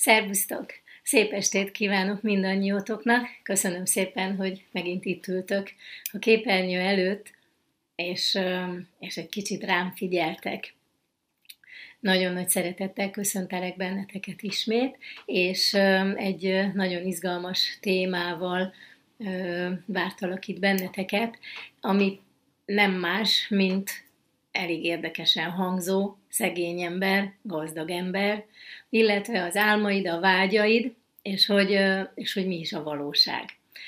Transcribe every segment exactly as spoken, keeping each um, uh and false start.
Szervusztok! Szép estét kívánok mindannyiótoknak. Köszönöm szépen, hogy megint itt ültök a képernyő előtt, és, és egy kicsit rám figyeltek. Nagyon nagy szeretettel köszöntelek benneteket ismét, és egy nagyon izgalmas témával vártalak itt benneteket, ami nem más, mint elég érdekesen hangzó, szegény ember, gazdag ember, illetve az álmaid, a vágyaid, és hogy, és hogy mi is a valóság.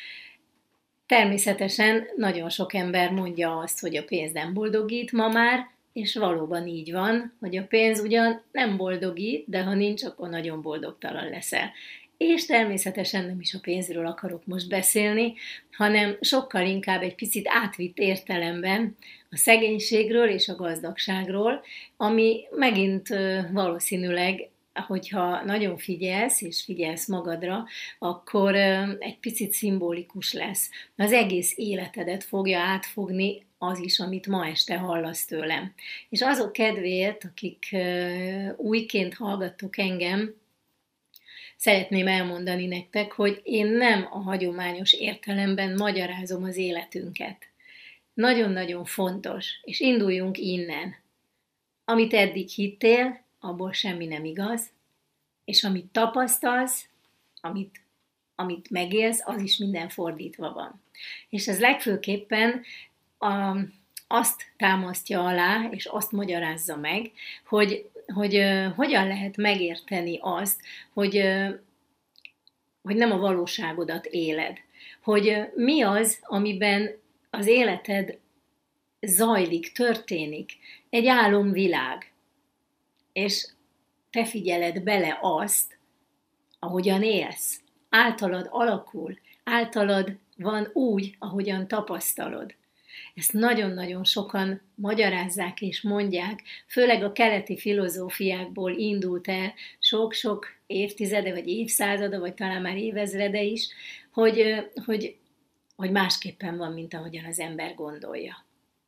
Természetesen nagyon sok ember mondja azt, hogy a pénz nem boldogít ma már, és valóban így van, hogy a pénz ugyan nem boldogít, de ha nincs, akkor nagyon boldogtalan leszel. És természetesen nem is a pénzről akarok most beszélni, hanem sokkal inkább egy picit átvitt értelemben a szegénységről és a gazdagságról, ami megint valószínűleg, hogyha nagyon figyelsz, és figyelsz magadra, akkor egy picit szimbolikus lesz. Az egész életedet fogja átfogni az is, amit ma este hallasz tőlem. És azok kedvéért, akik újként hallgattok engem, szeretném elmondani nektek, hogy én nem a hagyományos értelemben magyarázom az életünket. Nagyon-nagyon fontos, és induljunk innen. Amit eddig hittél, abból semmi nem igaz, és amit tapasztalsz, amit, amit megélsz, az is minden fordítva van. És ez legfőképpen a, azt támasztja alá, és azt magyarázza meg, hogy, hogy uh, hogyan lehet megérteni azt, hogy, uh, hogy nem a valóságodat éled. Hogy uh, mi az, amiben az életed zajlik, történik. Egy álomvilág. És te figyeled bele azt, ahogyan élsz. Általad alakul, általad van úgy, ahogyan tapasztalod. Ezt nagyon-nagyon sokan magyarázzák és mondják, főleg a keleti filozófiákból indult el sok-sok évtizede, vagy évszázada, vagy talán már évezrede is, hogy, hogy, hogy másképpen van, mint ahogyan az ember gondolja.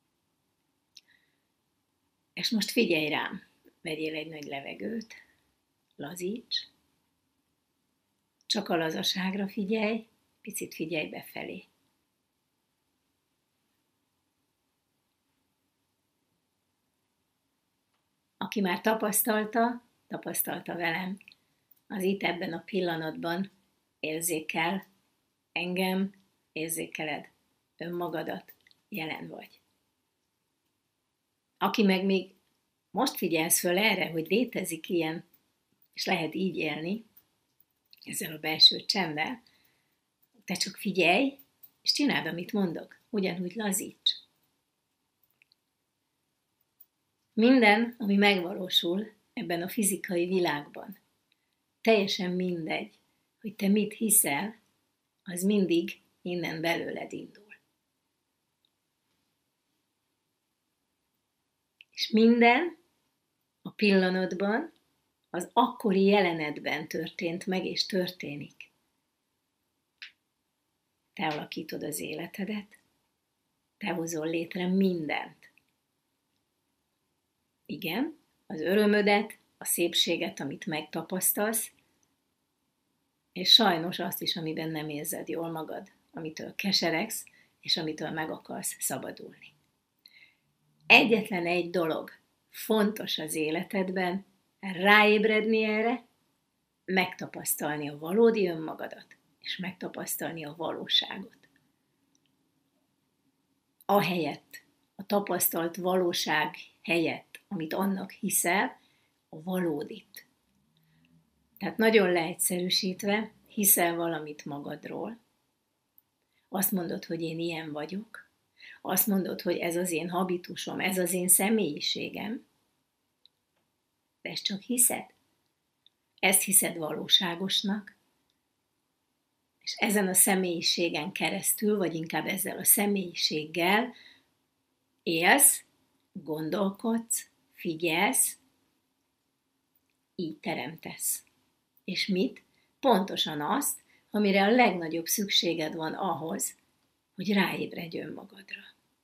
És most figyelj rám, vegyél egy nagy levegőt, lazíts, csak a lazaságra figyelj, picit figyelj befelé. Aki már tapasztalta, tapasztalta velem, az itt ebben a pillanatban érzékel engem, érzékeled önmagadat, jelen vagy. Aki meg még most figyelsz föl erre, hogy létezik ilyen, és lehet így élni, ezzel a belső csenddel, te csak figyelj, és csináld, amit mondok, ugyanúgy lazíts. Minden, ami megvalósul ebben a fizikai világban, teljesen mindegy, hogy te mit hiszel, az mindig innen belőled indul. És minden a pillanatban, az akkori jelenetben történt meg és történik. Te alakítod az életedet, te hozol létre mindent. Igen, az örömödet, a szépséget, amit megtapasztalsz, és sajnos azt is, amiben nem érzed jól magad, amitől keseregsz, és amitől meg akarsz szabadulni. Egyetlen egy dolog fontos az életedben, ráébredni erre, megtapasztalni a valódi önmagadat, és megtapasztalni a valóságot. Ahelyett, a tapasztalt valóság helyett, amit annak hiszel, a valódit. Tehát nagyon leegyszerűsítve, hiszel valamit magadról, azt mondod, hogy én ilyen vagyok, azt mondod, hogy ez az én habitusom, ez az én személyiségem, de ezt csak hiszed. Ezt hiszed valóságosnak, és ezen a személyiségen keresztül, vagy inkább ezzel a személyiséggel élsz, gondolkodsz, figyelsz, így teremtesz. És mit? Pontosan azt, amire a legnagyobb szükséged van ahhoz, hogy ráébredj önmagadra.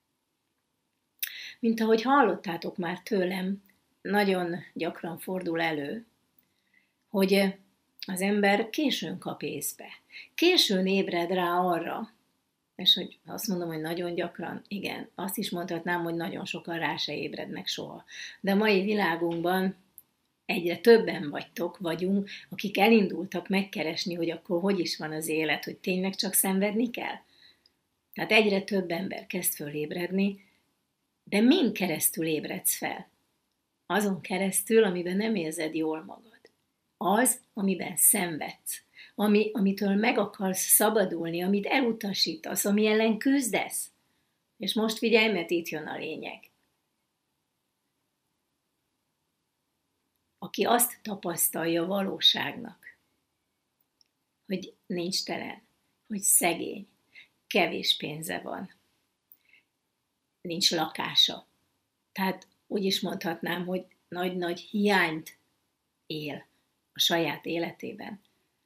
Mint ahogy hallottátok már tőlem, nagyon gyakran fordul elő, hogy az ember későn kap észbe. Későn ébred rá arra, és hogy azt mondom, hogy nagyon gyakran, igen, azt is mondhatnám, hogy nagyon sokan rá se ébrednek soha. De a mai világunkban egyre többen vagytok, vagyunk, akik elindultak megkeresni, hogy akkor hogy is van az élet, hogy tényleg csak szenvedni kell. Tehát egyre több ember kezd fölébredni, de min keresztül ébredsz fel? Azon keresztül, amiben nem érzed jól magad. Az, amiben szenvedsz, ami, amitől meg akarsz szabadulni, amit elutasítasz, ami ellen küzdesz. És most figyelj, mert itt jön a lényeg. Aki azt tapasztalja valóságnak, hogy nincs telen, hogy szegény, kevés pénze van, nincs lakása. Tehát úgy is mondhatnám, hogy nagy-nagy hiányt él a saját életében.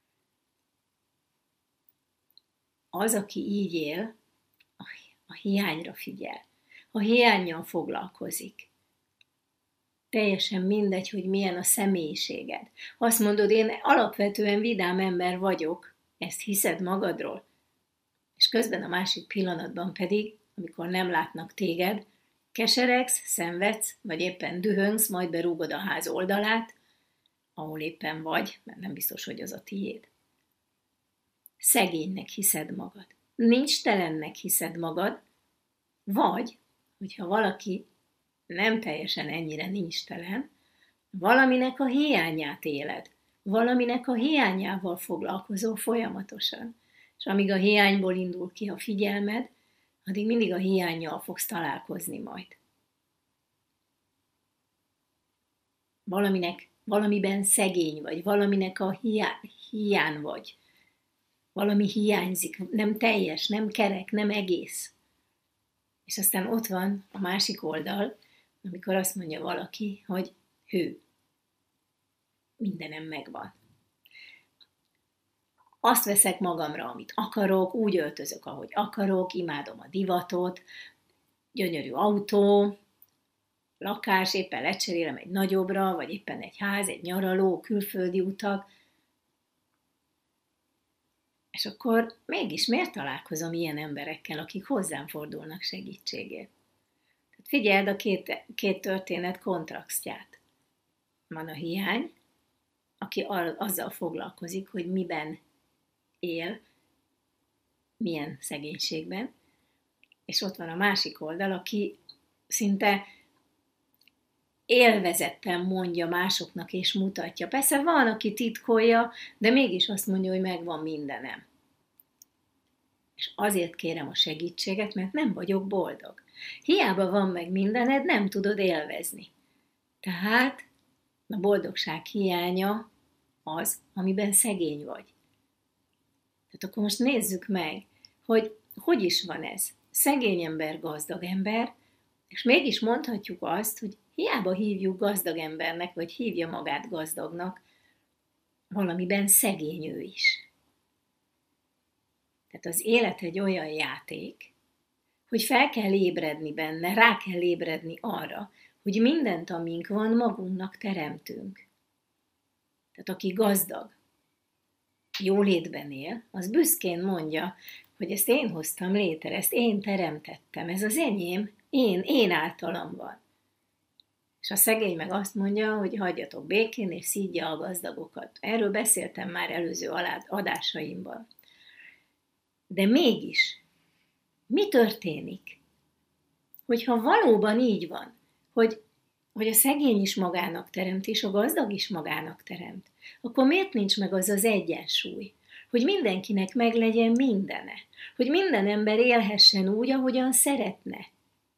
Az, aki így él, a hiányra figyel, a hiánnyal foglalkozik. Teljesen mindegy, hogy milyen a személyiséged. Azt mondod, én alapvetően vidám ember vagyok, ezt hiszed magadról, és közben a másik pillanatban pedig, amikor nem látnak téged, keseregsz, szenvedsz, vagy éppen dühöngsz, majd berúgod a ház oldalát, ahol éppen vagy, mert nem biztos, hogy az a tiéd. Szegénynek hiszed magad. Nincs telennek hiszed magad, vagy, hogyha valaki nem teljesen ennyire nincs telen, valaminek a hiányát éled, valaminek a hiányával foglalkozol folyamatosan. És amíg a hiányból indul ki a figyelmed, addig mindig a hiánnyal fogsz találkozni majd. Valaminek, valamiben szegény vagy, valaminek a hiá, hiány vagy. Valami hiányzik, nem teljes, nem kerek, nem egész. És aztán ott van a másik oldal, amikor azt mondja valaki, hogy hű, mindenem megvan. Azt veszek magamra, amit akarok, úgy öltözök, ahogy akarok, imádom a divatot, gyönyörű autó, lakás, éppen lecserélem egy nagyobbra, vagy éppen egy ház, egy nyaraló, külföldi utak. És akkor mégis miért találkozom ilyen emberekkel, akik hozzám fordulnak segítségért? Tehát figyeld a két, két történet kontrasztját. Van a hiány, aki azzal foglalkozik, hogy miben él, milyen szegénységben, és ott van a másik oldal, aki szinte élvezettel mondja másoknak és mutatja. Persze van, aki titkolja, de mégis azt mondja, hogy megvan mindenem. És azért kérem a segítséget, mert nem vagyok boldog. Hiába van meg mindened, nem tudod élvezni. Tehát a boldogság hiánya az, amiben szegény vagy. Tehát akkor most nézzük meg, hogy hogy is van ez. Szegény ember, gazdag ember, és mégis mondhatjuk azt, hogy hiába hívjuk gazdag embernek, vagy hívja magát gazdagnak, valamiben szegény ő is. Tehát az élet egy olyan játék, hogy fel kell ébredni benne, rá kell ébredni arra, hogy mindent, amink van, magunknak teremtünk. Tehát aki gazdag, jólétben él, az büszkén mondja, hogy ezt én hoztam létre, ezt én teremtettem, ez az enyém, én, én általam van. És a szegény meg azt mondja, hogy hagyjatok békén, és szídja a gazdagokat. Erről beszéltem már előző adásaimban. De mégis, mi történik, hogyha valóban így van, hogy, hogy a szegény is magának teremt, és a gazdag is magának teremt, akkor miért nincs meg az az egyensúly, hogy mindenkinek meglegyen mindene, hogy minden ember élhessen úgy, ahogyan szeretne?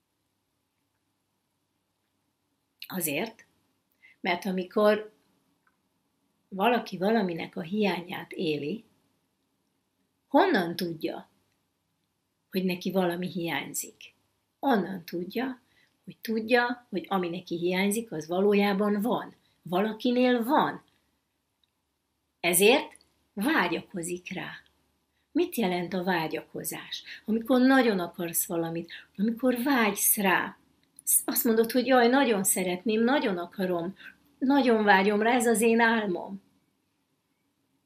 Azért, mert amikor valaki valaminek a hiányát éli, honnan tudja, hogy neki valami hiányzik? Onnan tudja, hogy tudja, hogy ami neki hiányzik, az valójában van. Valakinél van. Ezért vágyakozik rá. Mit jelent a vágyakozás? Amikor nagyon akarsz valamit, amikor vágysz rá. Azt mondod, hogy jaj, nagyon szeretném, nagyon akarom, nagyon vágyom rá, ez az én álmom.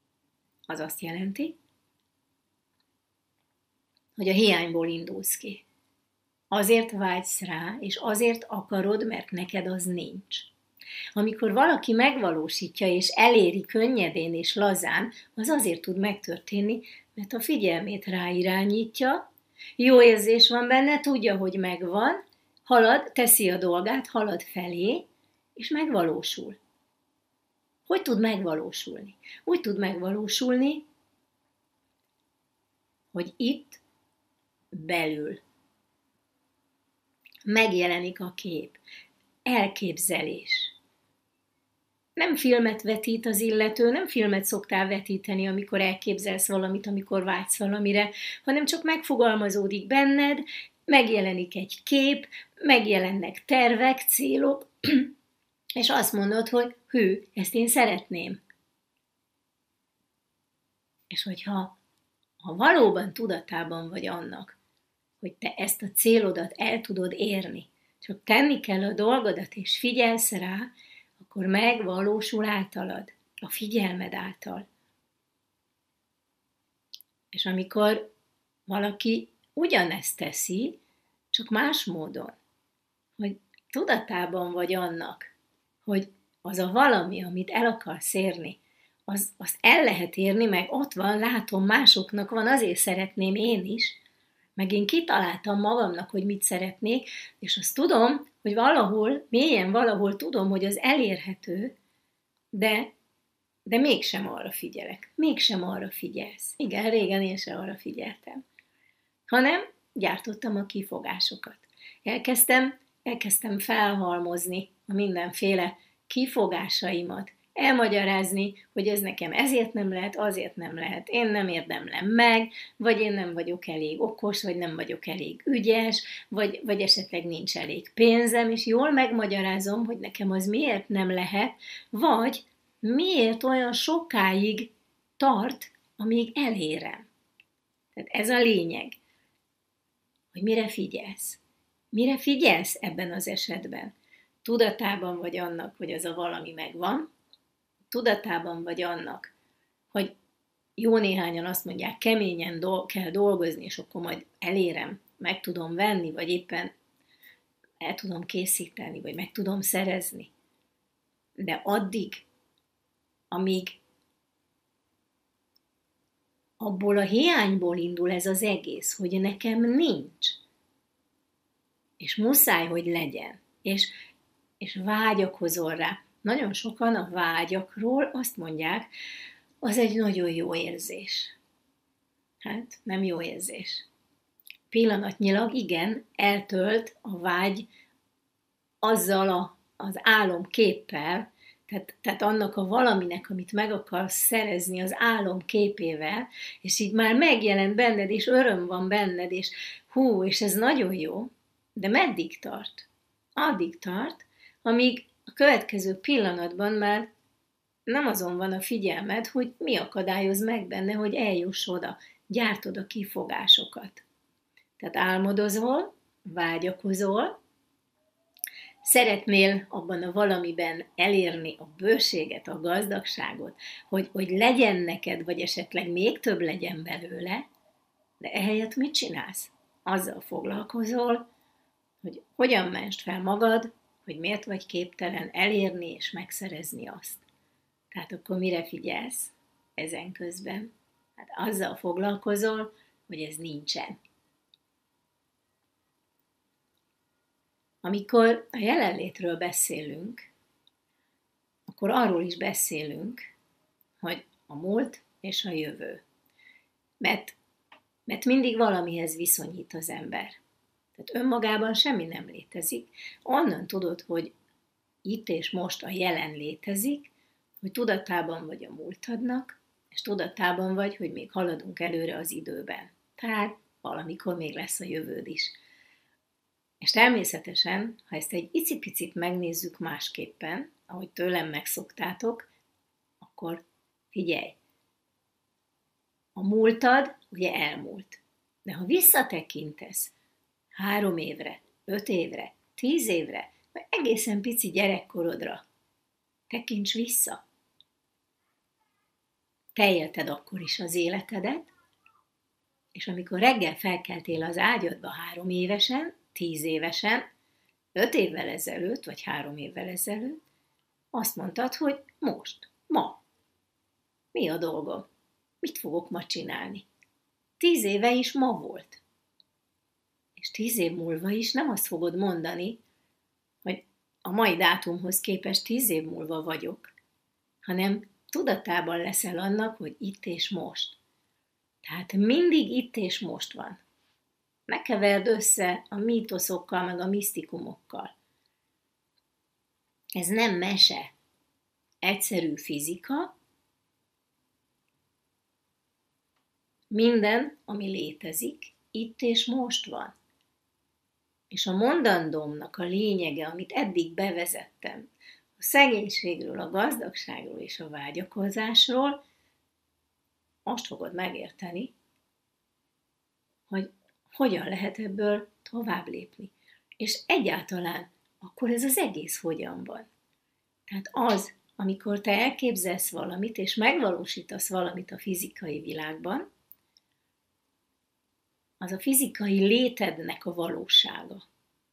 az azt jelenti, hogy a hiányból indulsz ki. Azért vágysz rá, és azért akarod, mert neked az nincs. Amikor valaki megvalósítja és eléri könnyedén és lazán, az azért tud megtörténni, mert a figyelmét ráirányítja, jó érzés van benne, tudja, hogy megvan, halad, teszi a dolgát, halad felé, és megvalósul. Hogy tud megvalósulni? Úgy tud megvalósulni, hogy itt belül megjelenik a kép, elképzelés. Nem filmet vetít az illető, nem filmet szoktál vetíteni, amikor elképzelsz valamit, amikor vágysz valamire, hanem csak megfogalmazódik benned, megjelenik egy kép, megjelennek tervek, célok, és azt mondod, hogy hű, ezt én szeretném. És hogyha ha valóban tudatában vagy annak, hogy te ezt a célodat el tudod érni, csak tenni kell a dolgodat, és figyelsz rá, akkor megvalósul általad, a figyelmed által. És amikor valaki ugyanezt teszi, csak más módon, hogy tudatában vagy annak, hogy az a valami, amit el akarsz érni, az, azt el lehet érni, meg ott van, látom, másoknak van, azért szeretném én is, meg én kitaláltam magamnak, hogy mit szeretnék, és azt tudom, hogy valahol, mélyen valahol tudom, hogy az elérhető, de, de mégsem arra figyelek. Mégsem arra figyelsz. Igen, régen én sem arra figyeltem. Hanem gyártottam a kifogásokat. Elkezdtem, elkezdtem felhalmozni a mindenféle kifogásaimat, elmagyarázni, hogy ez nekem ezért nem lehet, azért nem lehet, én nem érdemlem meg, vagy én nem vagyok elég okos, vagy nem vagyok elég ügyes, vagy, vagy esetleg nincs elég pénzem, és jól megmagyarázom, hogy nekem az miért nem lehet, vagy miért olyan sokáig tart, amíg elérem. Tehát ez a lényeg, hogy mire figyelsz. Mire figyelsz ebben az esetben? Tudatában vagy annak, hogy az a valami megvan, tudatában vagy annak, hogy jó néhányan azt mondják, keményen do- kell dolgozni, és akkor majd elérem, meg tudom venni, vagy éppen el tudom készíteni, vagy meg tudom szerezni. De addig, amíg abból a hiányból indul ez az egész, hogy nekem nincs, és muszáj, hogy legyen, és, és vágyakozol rá. Nagyon sokan a vágyakról azt mondják, az egy nagyon jó érzés. Hát nem jó érzés. Pillanatnyilag igen, eltölt a vágy azzal a, az álomképpel, tehát, tehát annak a valaminek, amit meg akarsz szerezni az álomképével, és így már megjelent benned, és öröm van benned, és hú, és ez nagyon jó, de meddig tart? Addig tart, amíg a következő pillanatban már nem azon van a figyelmed, hogy mi akadályoz meg benne, hogy eljuss oda, gyártod a kifogásokat. Tehát álmodozol, vágyakozol, szeretnél abban a valamiben elérni a bőséget, a gazdagságot, hogy, hogy legyen neked, vagy esetleg még több legyen belőle, de ehelyett mit csinálsz? Azzal foglalkozol, hogy hogyan mensd fel magad, hogy miért vagy képtelen elérni és megszerezni azt. Tehát akkor mire figyelsz ezen közben? Hát azzal foglalkozol, hogy ez nincsen. Amikor a jelenlétről beszélünk, akkor arról is beszélünk, hogy a múlt és a jövő. Mert, mert mindig valamihez viszonyít az ember. Tehát önmagában semmi nem létezik. Onnan tudod, hogy itt és most a jelen létezik, hogy tudatában vagy a múltadnak, és tudatában vagy, hogy még haladunk előre az időben. Tehát valamikor még lesz a jövőd is. És természetesen, ha ezt egy icipicit megnézzük másképpen, ahogy tőlem megszoktátok, akkor figyelj! A múltad ugye elmúlt. De ha visszatekintesz három évre, öt évre, tíz évre, vagy egészen pici gyerekkorodra, tekints vissza. te élted akkor is az életedet, és amikor reggel felkeltél az ágyadba három évesen, tíz évesen, öt évvel ezelőtt, vagy három évvel ezelőtt, azt mondtad, hogy most, ma. Mi a dolgom? Mit fogok ma csinálni? Tíz éve is ma volt. És tíz év múlva is nem azt fogod mondani, hogy a mai dátumhoz képest tíz év múlva vagyok, hanem tudatában leszel annak, hogy itt és most. Tehát mindig itt és most van. Ne keverd össze a mítoszokkal, meg a misztikumokkal. Ez nem mese. Egyszerű fizika. Minden, ami létezik, itt és most van. És a mondandómnak a lényege, amit eddig bevezettem, a szegénységről, a gazdagságról és a vágyakozásról, most fogod megérteni, hogy hogyan lehet ebből tovább lépni. És egyáltalán akkor ez az egész hogyan van. Tehát az, amikor te elképzelsz valamit, és megvalósítasz valamit a fizikai világban, az a fizikai létednek a valósága.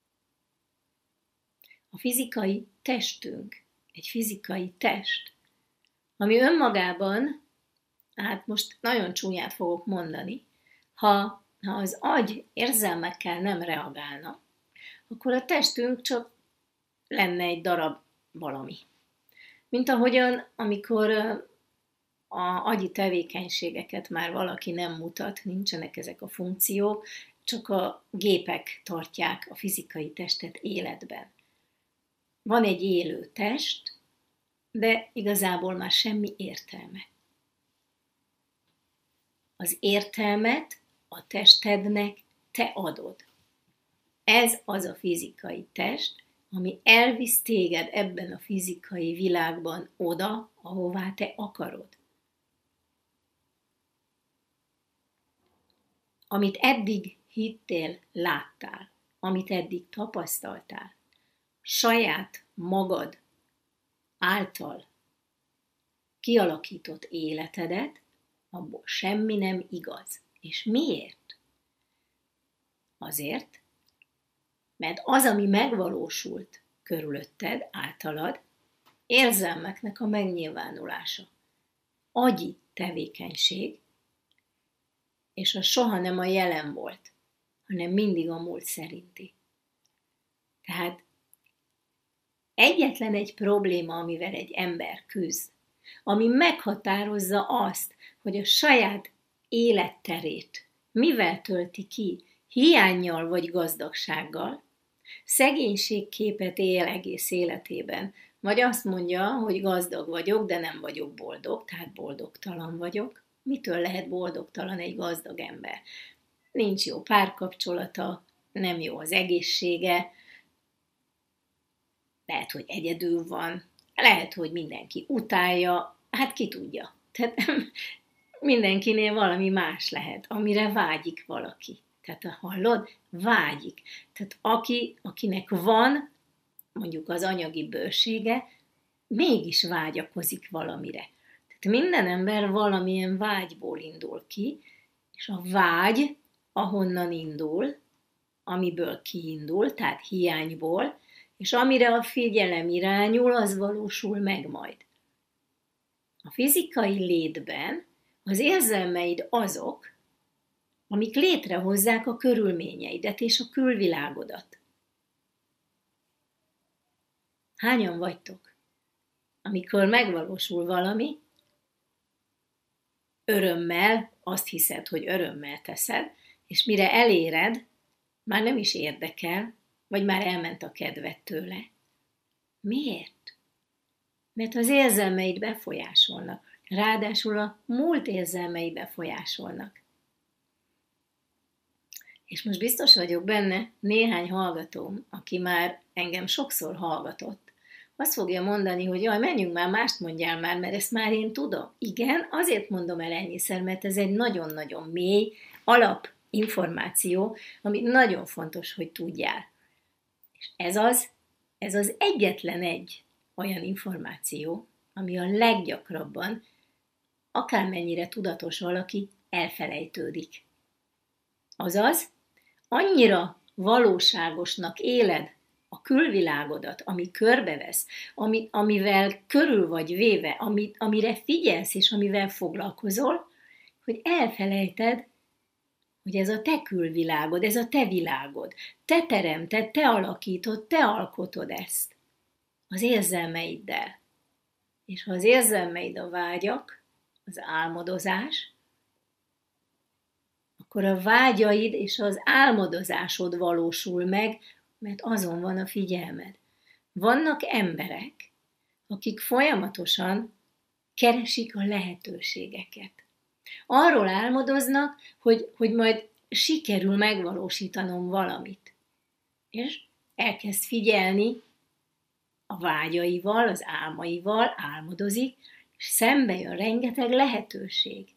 A fizikai testünk, egy fizikai test, ami önmagában, hát most nagyon csúnyát fogok mondani, ha, ha az agy érzelmekkel nem reagálna, akkor a testünk csak lenne egy darab valami. Mint ahogyan, amikor a agyi tevékenységeket már valaki nem mutat, nincsenek ezek a funkciók, csak a gépek tartják a fizikai testet életben. Van egy élő test, de igazából már semmi értelme. Az értelmet a testednek te adod. Ez az a fizikai test, ami elvisz téged ebben a fizikai világban oda, ahová te akarod. Amit eddig hittél, láttál, amit eddig tapasztaltál, saját magad által kialakított életedet, abból semmi nem igaz. És miért? Azért, mert az, ami megvalósult körülötted, általad, érzelmeknek a megnyilvánulása. Agyi tevékenység, és az soha nem a jelen volt, hanem mindig a múlt szerinti. Tehát egyetlen egy probléma, amivel egy ember küzd, ami meghatározza azt, hogy a saját életterét mivel tölti ki, hiánnyal vagy gazdagsággal, szegénységképet él egész életében, vagy azt mondja, hogy gazdag vagyok, de nem vagyok boldog, tehát boldogtalan vagyok. Mitől lehet boldogtalan egy gazdag ember? Nincs jó párkapcsolata, nem jó az egészsége, lehet, hogy egyedül van, lehet, hogy mindenki utálja, hát ki tudja. Tehát mindenkinél valami más lehet, amire vágyik valaki. Tehát hallod? Vágyik. Tehát aki, akinek van, mondjuk az anyagi bősége, mégis vágyakozik valamire. Tehát minden ember valamilyen vágyból indul ki, és a vágy, ahonnan indul, amiből kiindul, tehát hiányból, és amire a figyelem irányul, az valósul meg majd. A fizikai létben az érzelmeid azok, amik létrehozzák a körülményeidet és a külvilágodat. Hányan vagytok? Amikor megvalósul valami, örömmel, azt hiszed, hogy örömmel teszed, és mire eléred, már nem is érdekel, vagy már elment a kedved tőle. Miért? Mert az érzelmeid befolyásolnak, ráadásul a múlt érzelmei befolyásolnak. És most biztos vagyok benne, néhány hallgatóm, aki már engem sokszor hallgatott, azt fogja mondani, hogy jaj, menjünk már, mást mondjál már, mert ezt már én tudom. Igen, azért mondom el ennyiszer, mert ez egy nagyon-nagyon mély alapinformáció, amit nagyon fontos, hogy tudjál. És ez az, ez az egyetlen egy olyan információ, ami a leggyakrabban akármennyire tudatos valaki, elfelejtődik. Azaz, annyira valóságosnak éled a külvilágodat, ami körbevesz, ami, amivel körül vagy véve, ami, amire figyelsz és amivel foglalkozol, hogy elfelejted, hogy ez a te külvilágod, ez a te világod. Te teremted, te alakítod, te alkotod ezt. Az érzelmeiddel. És ha az érzelmeid a vágyak, az álmodozás, akkor a vágyaid és az álmodozásod valósul meg, mert azon van a figyelmed. Vannak emberek, akik folyamatosan keresik a lehetőségeket. Arról álmodoznak, hogy, hogy majd sikerül megvalósítanom valamit. És elkezd figyelni a vágyaival, az álmaival, álmodozik, és szembe jön rengeteg lehetőség.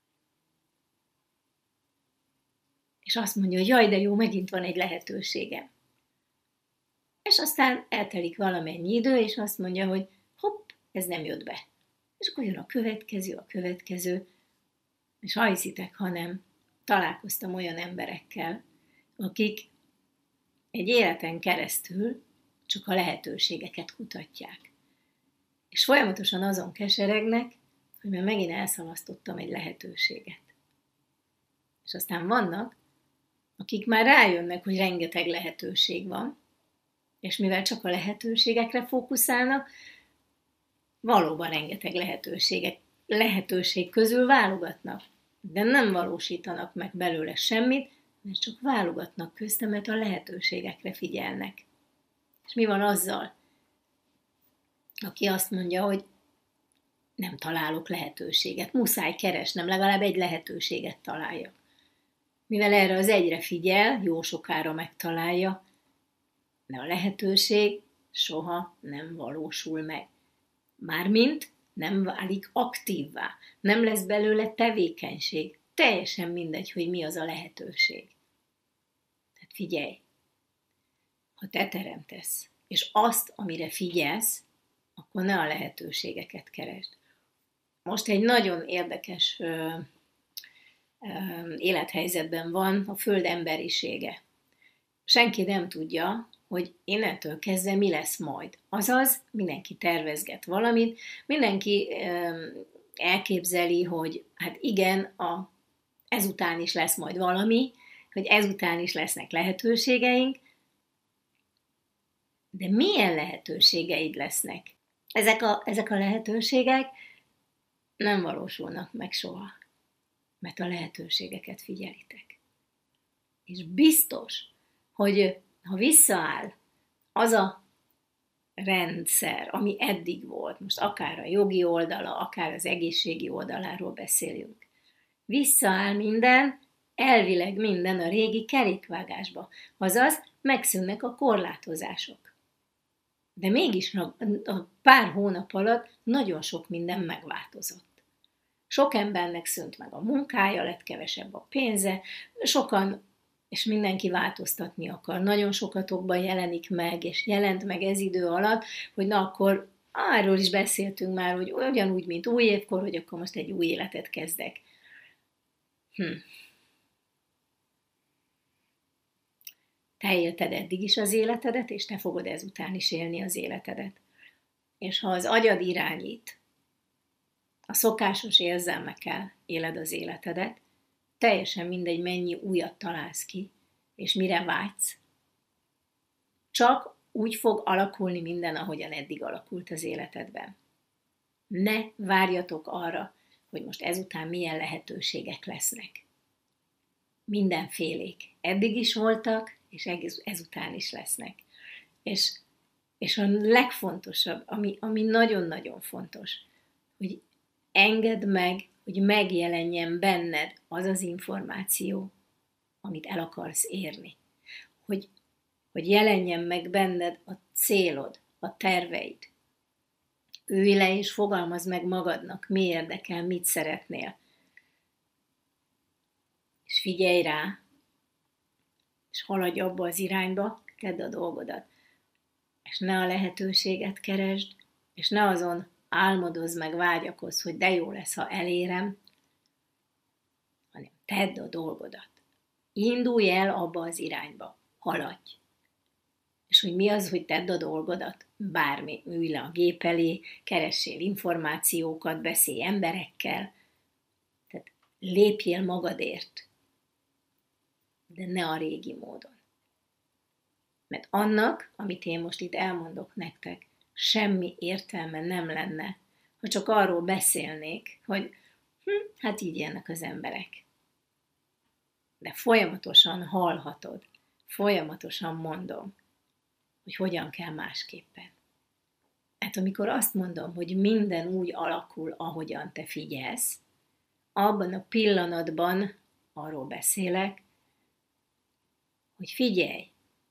És azt mondja, hogy jaj, de jó, megint van egy lehetőségem. És aztán eltelik valamennyi idő, és azt mondja, hogy hopp, ez nem jött be. És akkor jön a következő, a következő, és ha hiszitek, hanem találkoztam olyan emberekkel, akik egy életen keresztül csak a lehetőségeket kutatják. És folyamatosan azon keseregnek, hogy már megint elszalasztottam egy lehetőséget. És aztán vannak, akik már rájönnek, hogy rengeteg lehetőség van, és mivel csak a lehetőségekre fókuszálnak, valóban rengeteg lehetőségek, lehetőség közül válogatnak, de nem valósítanak meg belőle semmit, mert csak válogatnak közte, mert a lehetőségekre figyelnek. És mi van azzal, aki azt mondja, hogy nem találok lehetőséget, muszáj keresnem, legalább egy lehetőséget találjak. Mivel erre az egyre figyel, jó sokára megtalálja, de a lehetőség soha nem valósul meg. Mármint nem válik aktívvá, nem lesz belőle tevékenység, teljesen mindegy, hogy mi az a lehetőség. Tehát figyelj, ha te teremtesz, és azt, amire figyelsz, akkor ne a lehetőségeket keresd. Most egy nagyon érdekes ö, ö, élethelyzetben van a Föld emberisége. Senki nem tudja, hogy innentől kezdve mi lesz majd. Azaz, mindenki tervezget valamit, mindenki ö, elképzeli, hogy hát igen, a, ezután is lesz majd valami, hogy ezután is lesznek lehetőségeink, de milyen lehetőségeid lesznek? Ezek a, ezek a lehetőségek nem valósulnak meg soha, mert a lehetőségeket figyelitek. És biztos, hogy ha visszaáll az a rendszer, ami eddig volt, most akár a jogi oldala, akár az egészségi oldaláról beszéljünk, visszaáll minden, elvileg minden a régi kerékvágásba, azaz megszűnnek a korlátozások. De mégis a pár hónap alatt nagyon sok minden megváltozott. Sok embernek szűnt meg a munkája, lett kevesebb a pénze, sokan, és mindenki változtatni akar. Nagyon sokatokban jelenik meg, és jelent meg ez idő alatt, hogy na akkor arról is beszéltünk már, hogy ugyanúgy, mint új évkor, hogy akkor most egy új életet kezdek. Hm. Te élted eddig is az életedet, és te fogod ezután is élni az életedet. És ha az agyad irányít, a szokásos érzelmekkel éled az életedet, teljesen mindegy, mennyi újat találsz ki, és mire vágysz. Csak úgy fog alakulni minden, ahogyan eddig alakult az életedben. Ne várjatok arra, hogy most ezután milyen lehetőségek lesznek. Mindenfélék. Eddig is voltak, és ezután is lesznek. És, és a legfontosabb, ami, ami nagyon-nagyon fontos, hogy engedd meg, hogy megjelenjen benned az az információ, amit el akarsz érni. Hogy, hogy jelenjen meg benned a célod, a terveid. Ülj le és fogalmazd meg magadnak, mi érdekel, mit szeretnél. És figyelj rá, és haladj abba az irányba, tedd a dolgodat. És ne a lehetőséget keresd, és ne azon álmodozz meg, vágyakozz, hogy de jó lesz, ha elérem, hanem tedd a dolgodat. Indulj el abba az irányba, haladj. És hogy mi az, hogy tedd a dolgodat? Bármi, ülj le a gép elé, keressél információkat, beszélj emberekkel, tehát lépjél magadért, de ne a régi módon. Mert annak, amit én most itt elmondok nektek, semmi értelme nem lenne, ha csak arról beszélnék, hogy hm, hát így élnek az emberek. De folyamatosan hallhatod, folyamatosan mondom, hogy hogyan kell másképpen. Hát amikor azt mondom, hogy minden úgy alakul, ahogyan te figyelsz, abban a pillanatban arról beszélek, hogy figyelj,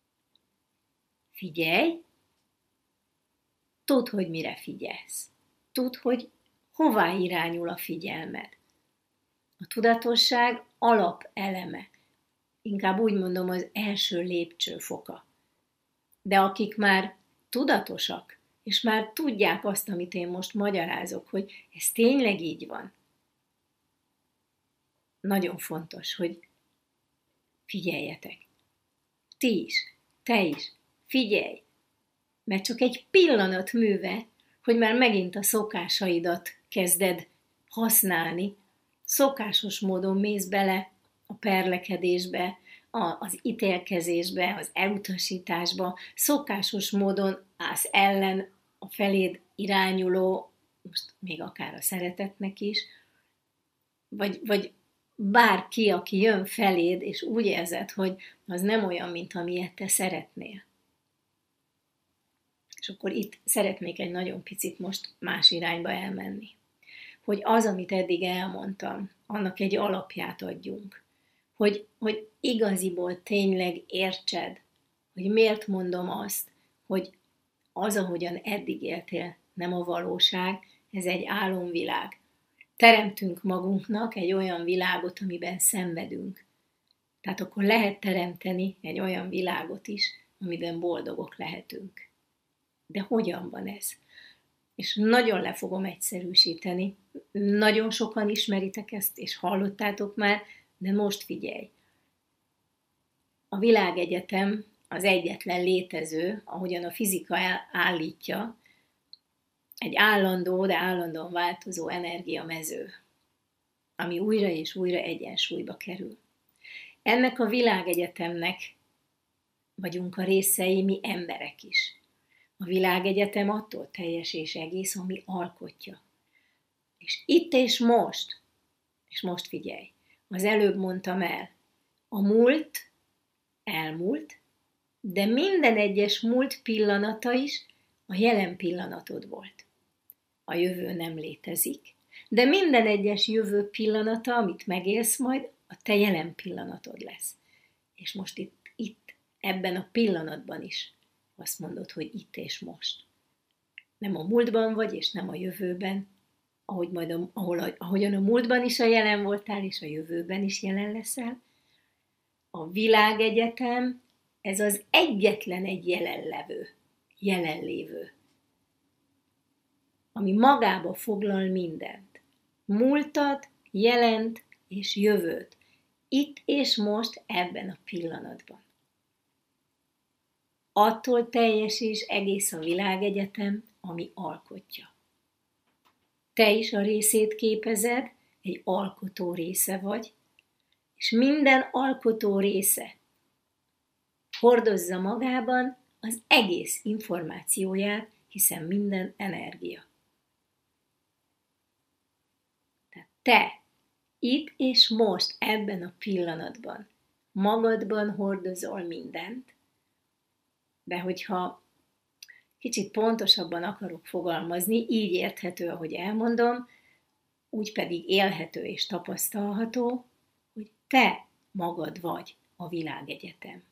figyelj, tudd, hogy mire figyelsz. Tudd, hogy hová irányul a figyelmed. A tudatosság alapeleme. Inkább úgy mondom, az első lépcsőfoka. De akik már tudatosak, és már tudják azt, amit én most magyarázok, hogy ez tényleg így van. Nagyon fontos, hogy figyeljetek. Ti is, te is, figyelj! Mert csak egy pillanat műve, hogy már megint a szokásaidat kezded használni, szokásos módon mész bele a perlekedésbe, az ítélkezésbe, az elutasításba, szokásos módon állsz ellen a feléd irányuló, most még akár a szeretetnek is, vagy, vagy bárki, aki jön feléd, és úgy érzed, hogy az nem olyan, mint amilyet te szeretnél. És akkor itt szeretnék egy nagyon picit most más irányba elmenni. Hogy az, amit eddig elmondtam, annak egy alapját adjunk. Hogy, hogy igaziból tényleg értsed, hogy miért mondom azt, hogy az, ahogyan eddig éltél, nem a valóság, ez egy álomvilág. Teremtünk magunknak egy olyan világot, amiben szenvedünk. Tehát akkor lehet teremteni egy olyan világot is, amiben boldogok lehetünk. De hogyan van ez? És nagyon le fogom egyszerűsíteni. Nagyon sokan ismeritek ezt, és hallottátok már, de most figyelj. A világegyetem az egyetlen létező, ahogyan a fizika állítja, egy állandó, de állandóan változó energiamező, ami újra és újra egyensúlyba kerül. Ennek a világegyetemnek vagyunk a részei, mi emberek is. A világegyetem attól teljes és egész, ami alkotja. És itt és most, és most figyelj, az előbb mondtam el, a múlt elmúlt, de minden egyes múlt pillanata is a jelen pillanatod volt. A jövő nem létezik, de minden egyes jövő pillanata, amit megélsz majd, a te jelen pillanatod lesz. És most itt, itt, ebben a pillanatban is azt mondod, hogy itt és most. Nem a múltban vagy, és nem a jövőben, ahogy majd a, ahol, ahogyan a múltban is a jelen voltál, és a jövőben is jelen leszel. A világegyetem, ez az egyetlen egy jelenlevő, jelenlévő, ami magába foglal mindent. Múltat, jelent és jövőt. Itt és most, ebben a pillanatban. Attól teljes és egész a világegyetem, ami alkotja. Te is a részét képezed, egy alkotó része vagy, és minden alkotó része hordozza magában az egész információját, hiszen minden energia. Tehát te itt és most, ebben a pillanatban magadban hordozol mindent, de hogyha kicsit pontosabban akarok fogalmazni, így érthető, ahogy elmondom, úgy pedig élhető és tapasztalható, hogy te magad vagy a világegyetem.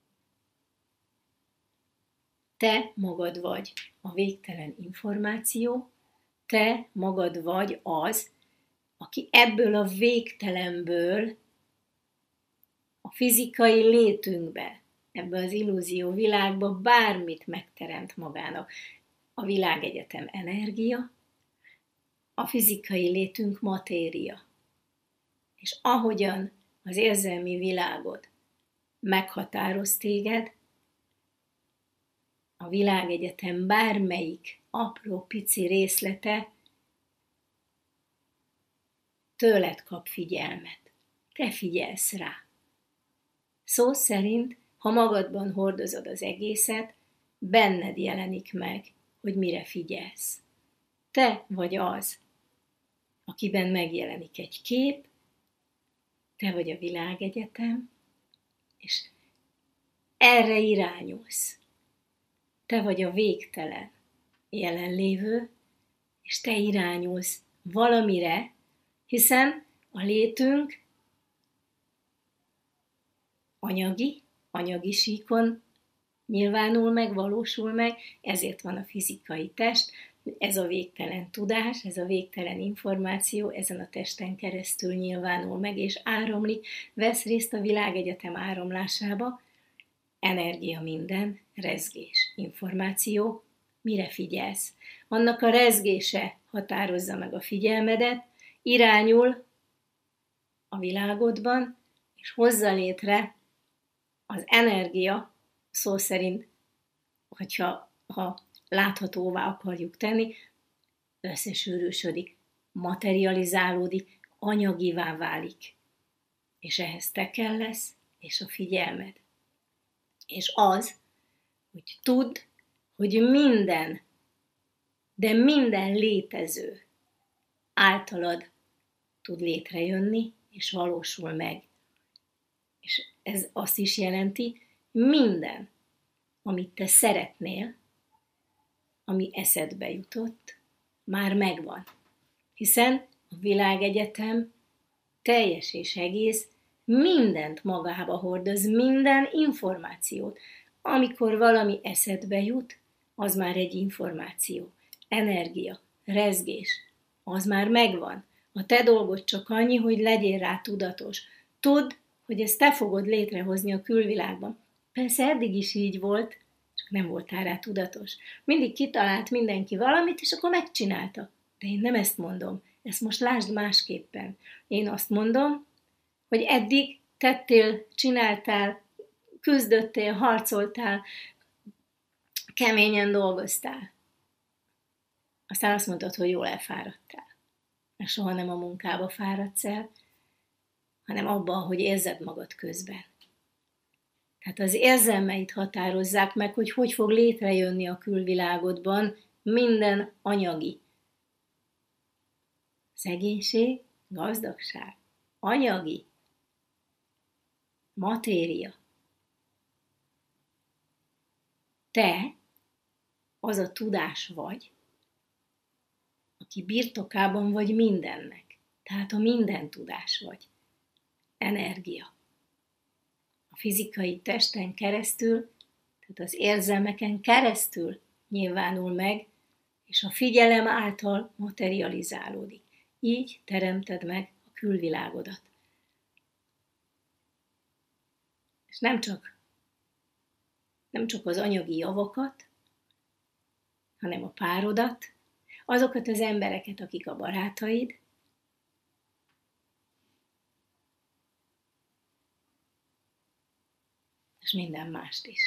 Te magad vagy a végtelen információ, te magad vagy az, aki ebből a végtelenből a fizikai létünkbe, ebbe az illúzió világba bármit megteremt magának. A világegyetem energia, a fizikai létünk matéria. És ahogyan az érzelmi világod meghatároz téged, a világegyetem bármelyik apró pici részlete tőled kap figyelmet. Te figyelsz rá. Szó szerint, ha magadban hordozod az egészet, benned jelenik meg, hogy mire figyelsz. Te vagy az, akiben megjelenik egy kép, te vagy a világegyetem, és erre irányulsz. Te vagy a végtelen jelenlévő, és te irányulsz valamire, hiszen a létünk anyagi, anyagi síkon nyilvánul meg, valósul meg, ezért van a fizikai test, ez a végtelen tudás, ez a végtelen információ ezen a testen keresztül nyilvánul meg, és áramlik, vesz részt a világegyetem áramlásába, energia minden, rezgés, információ, mire figyelsz. Annak a rezgése határozza meg a figyelmedet, irányul a világodban, és hozza létre az energia, szó szerint, hogyha ha láthatóvá akarjuk tenni, összesűrűsödik, materializálódik, anyagivá válik. És ehhez te kell lesz, és a figyelmed. És az, hogy tudd, hogy minden, de minden létező általad tud létrejönni, és valósul meg. És ez azt is jelenti, minden, amit te szeretnél, ami eszedbe jutott, már megvan. Hiszen a világegyetem teljes és egész mindent magába hordoz, minden információt. Amikor valami eszedbe jut, az már egy információ, energia, rezgés, az már megvan. A te dolgod csak annyi, hogy legyél rá tudatos. Tudd, hogy ezt te fogod létrehozni a külvilágban. Persze eddig is így volt, csak nem voltál rá tudatos. Mindig kitalált mindenki valamit, és akkor megcsinálta. De én nem ezt mondom. Ezt most lásd másképpen. Én azt mondom, hogy eddig tettél, csináltál, küzdöttél, harcoltál, keményen dolgoztál. Aztán azt mondtad, hogy jól elfáradtál. Mert soha nem a munkába fáradsz el, hanem abban, hogy érzed magad közben. Tehát az érzelmeid határozzák meg, hogy hogy fog létrejönni a külvilágodban minden anyagi. Szegénység, gazdagság, anyagi, matéria. Te az a tudás vagy, aki birtokában vagy mindennek. Tehát a minden tudás vagy. Energia. A fizikai testen keresztül, tehát az érzelmeken keresztül nyilvánul meg, és a figyelem által materializálódik. Így teremted meg a külvilágodat. És nem csak, nem csak az anyagi javakat, hanem a párodat, azokat az embereket, akik a barátaid, és minden mást is.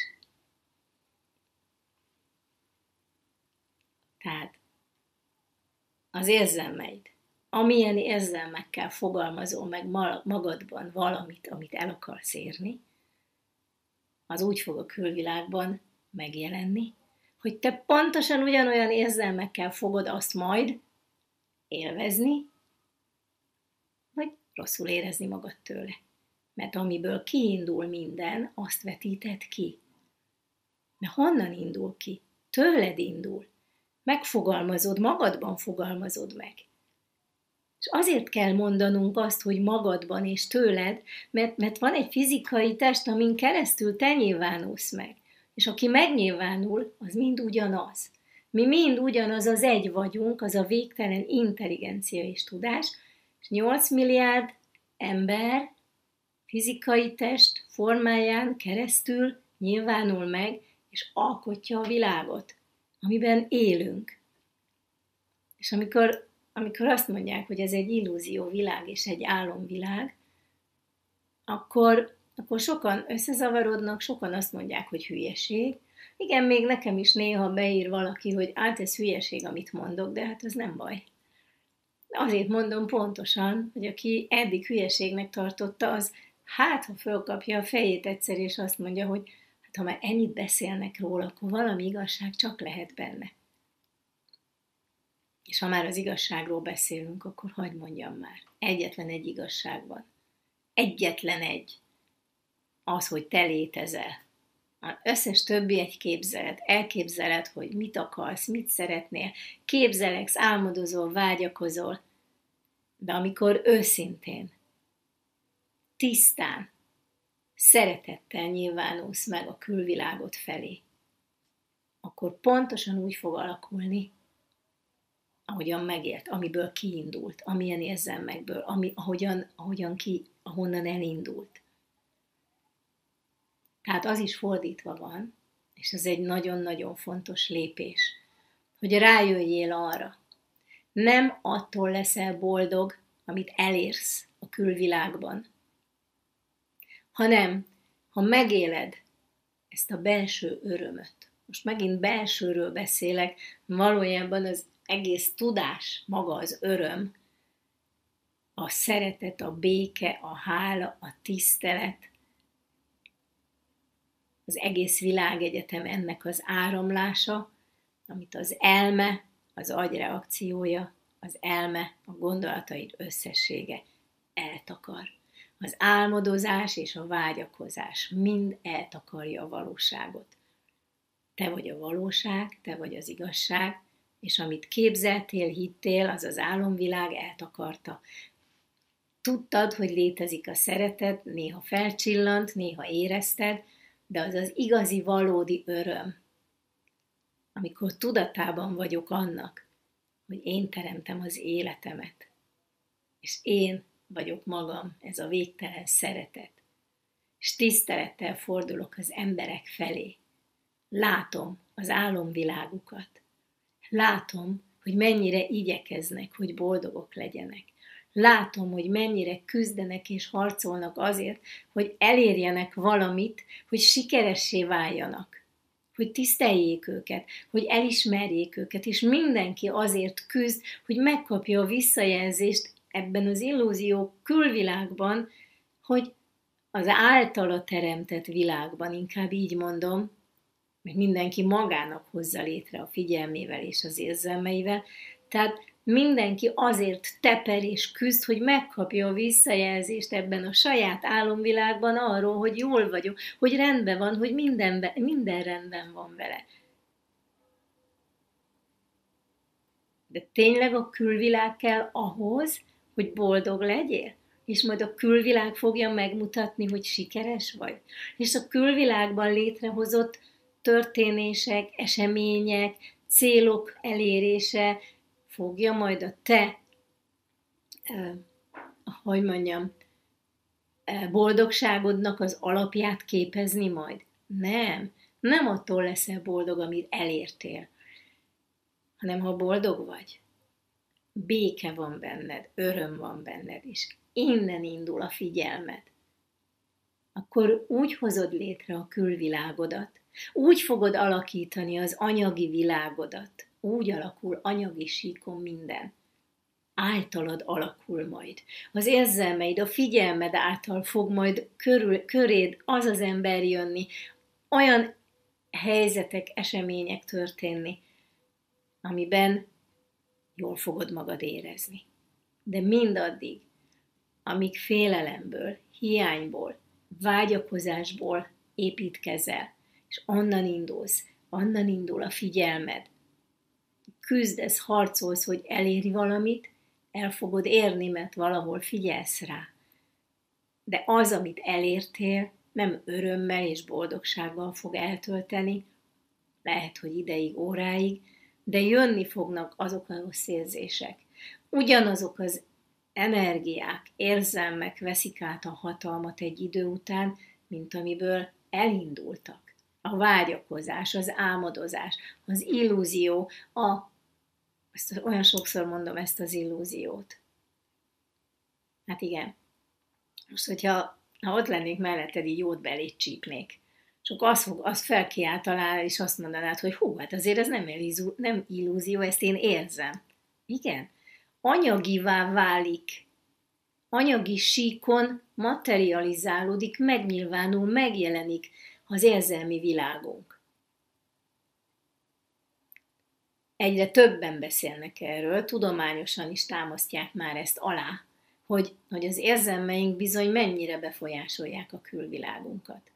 Tehát az érzelmeid, amilyen érzelmekkel fogalmazol meg magadban valamit, amit el akarsz érni, az úgy fog a külvilágban megjelenni, hogy te pontosan ugyanolyan érzelmekkel fogod azt majd élvezni, vagy rosszul érezni magad tőle. Mert amiből kiindul minden, azt vetíted ki. De honnan indul ki? Tőled indul. Megfogalmazod, magadban fogalmazod meg. És azért kell mondanunk azt, hogy magadban és tőled, mert, mert van egy fizikai test, amin keresztül te nyilvánulsz meg. És aki megnyilvánul, az mind ugyanaz. Mi mind ugyanaz az egy vagyunk, az a végtelen intelligencia és tudás, és nyolc milliárd ember fizikai test formáján keresztül nyilvánul meg, és alkotja a világot, amiben élünk. És amikor amikor azt mondják, hogy ez egy illúzió világ és egy álomvilág, akkor, akkor sokan összezavarodnak, sokan azt mondják, hogy hülyeség. Igen, még nekem is néha beír valaki, hogy át ez hülyeség, amit mondok, de hát ez nem baj. Azért mondom pontosan, hogy aki eddig hülyeségnek tartotta, az hát, ha fölkapja a fejét egyszer, és azt mondja, hogy hát ha már ennyit beszélnek róla, akkor valami igazság csak lehet benne. És ha már az igazságról beszélünk, akkor hagyd mondjam már. Egyetlen egy igazság van. Egyetlen egy. Az, hogy te létezel. Az összes többi egy képzelet. Elképzeled, hogy mit akarsz, mit szeretnél. Képzeleksz, álmodozol, vágyakozol. De amikor őszintén, tisztán, szeretettel nyilvánulsz meg a külvilágot felé, akkor pontosan úgy fog alakulni, ahogyan megélt, amiből kiindult, amilyen érzelmekből, ami, ahogyan, ahogyan ki, ahonnan elindult. Tehát az is fordítva van, és ez egy nagyon-nagyon fontos lépés, hogy rájöjjél arra. Nem attól leszel boldog, amit elérsz a külvilágban, hanem ha megéled ezt a belső örömöt. Most megint belsőről beszélek, valójában az egész tudás, maga az öröm, a szeretet, a béke, a hála, a tisztelet, az egész világegyetem ennek az áramlása, amit az elme, az agy reakciója, az elme, a gondolataid összessége eltakar. Az álmodozás és a vágyakozás mind eltakarja a valóságot. Te vagy a valóság, te vagy az igazság, és amit képzeltél, hittél, az az álomvilág eltakarta. Tudtad, hogy létezik a szeretet, néha felcsillant, néha érezted, de az az igazi, valódi öröm, amikor tudatában vagyok annak, hogy én teremtem az életemet, és én vagyok magam, ez a végtelen szeretet, és tisztelettel fordulok az emberek felé. Látom az álomvilágukat. Látom, hogy mennyire igyekeznek, hogy boldogok legyenek. Látom, hogy mennyire küzdenek és harcolnak azért, hogy elérjenek valamit, hogy sikeressé váljanak, hogy tiszteljék őket, hogy elismerjék őket, és mindenki azért küzd, hogy megkapja a visszajelzést ebben az illúzió külvilágban, hogy az általa teremtett világban, inkább így mondom, mert mindenki magának hozza létre a figyelmével és az érzelmeivel, tehát mindenki azért teper és küzd, hogy megkapja a visszajelzést ebben a saját álomvilágban arról, hogy jól vagyok, hogy rendben van, hogy minden, minden rendben van vele. De tényleg a külvilág kell ahhoz, hogy boldog legyél? És majd a külvilág fogja megmutatni, hogy sikeres vagy? És a külvilágban létrehozott történések, események, célok elérése fogja majd a te, eh, hogy mondjam, eh, boldogságodnak az alapját képezni majd? Nem, nem attól leszel boldog, amit elértél, hanem ha boldog vagy, béke van benned, öröm van benned, és innen indul a figyelmed, akkor úgy hozod létre a külvilágodat, úgy fogod alakítani az anyagi világodat, úgy alakul anyagi síkon minden. Általad alakul majd. Az érzelmeid, a figyelmed által fog majd körül, köréd az az ember jönni, olyan helyzetek, események történni, amiben jól fogod magad érezni. De mindaddig, amíg félelemből, hiányból, vágyakozásból építkezel, és onnan indulsz, onnan indul a figyelmed. Küzdesz, harcolsz, hogy elérj valamit, el fogod érni, mert valahol figyelsz rá. De az, amit elértél, nem örömmel és boldogsággal fog eltölteni, lehet, hogy ideig, óráig, de jönni fognak azok a rossz érzések. Ugyanazok az energiák, érzelmek veszik át a hatalmat egy idő után, mint amiből elindultak. A vágyakozás, az álmodozás, az illúzió, a Ezt olyan sokszor mondom, ezt az illúziót. Hát igen. Most, hogyha ha ott lennék melletted, így jót belét csípnék. És akkor azt, fog, azt felkiáltanál, és azt mondanád, hogy hú, hát azért ez nem, illúzió, nem illúzió, ezt én érzem. Igen. Anyagivá válik. Anyagi síkon materializálódik, megnyilvánul, megjelenik az érzelmi világunk. Egyre többen beszélnek erről, tudományosan is támasztják már ezt alá, hogy, hogy az érzelmeink bizony mennyire befolyásolják a külvilágunkat.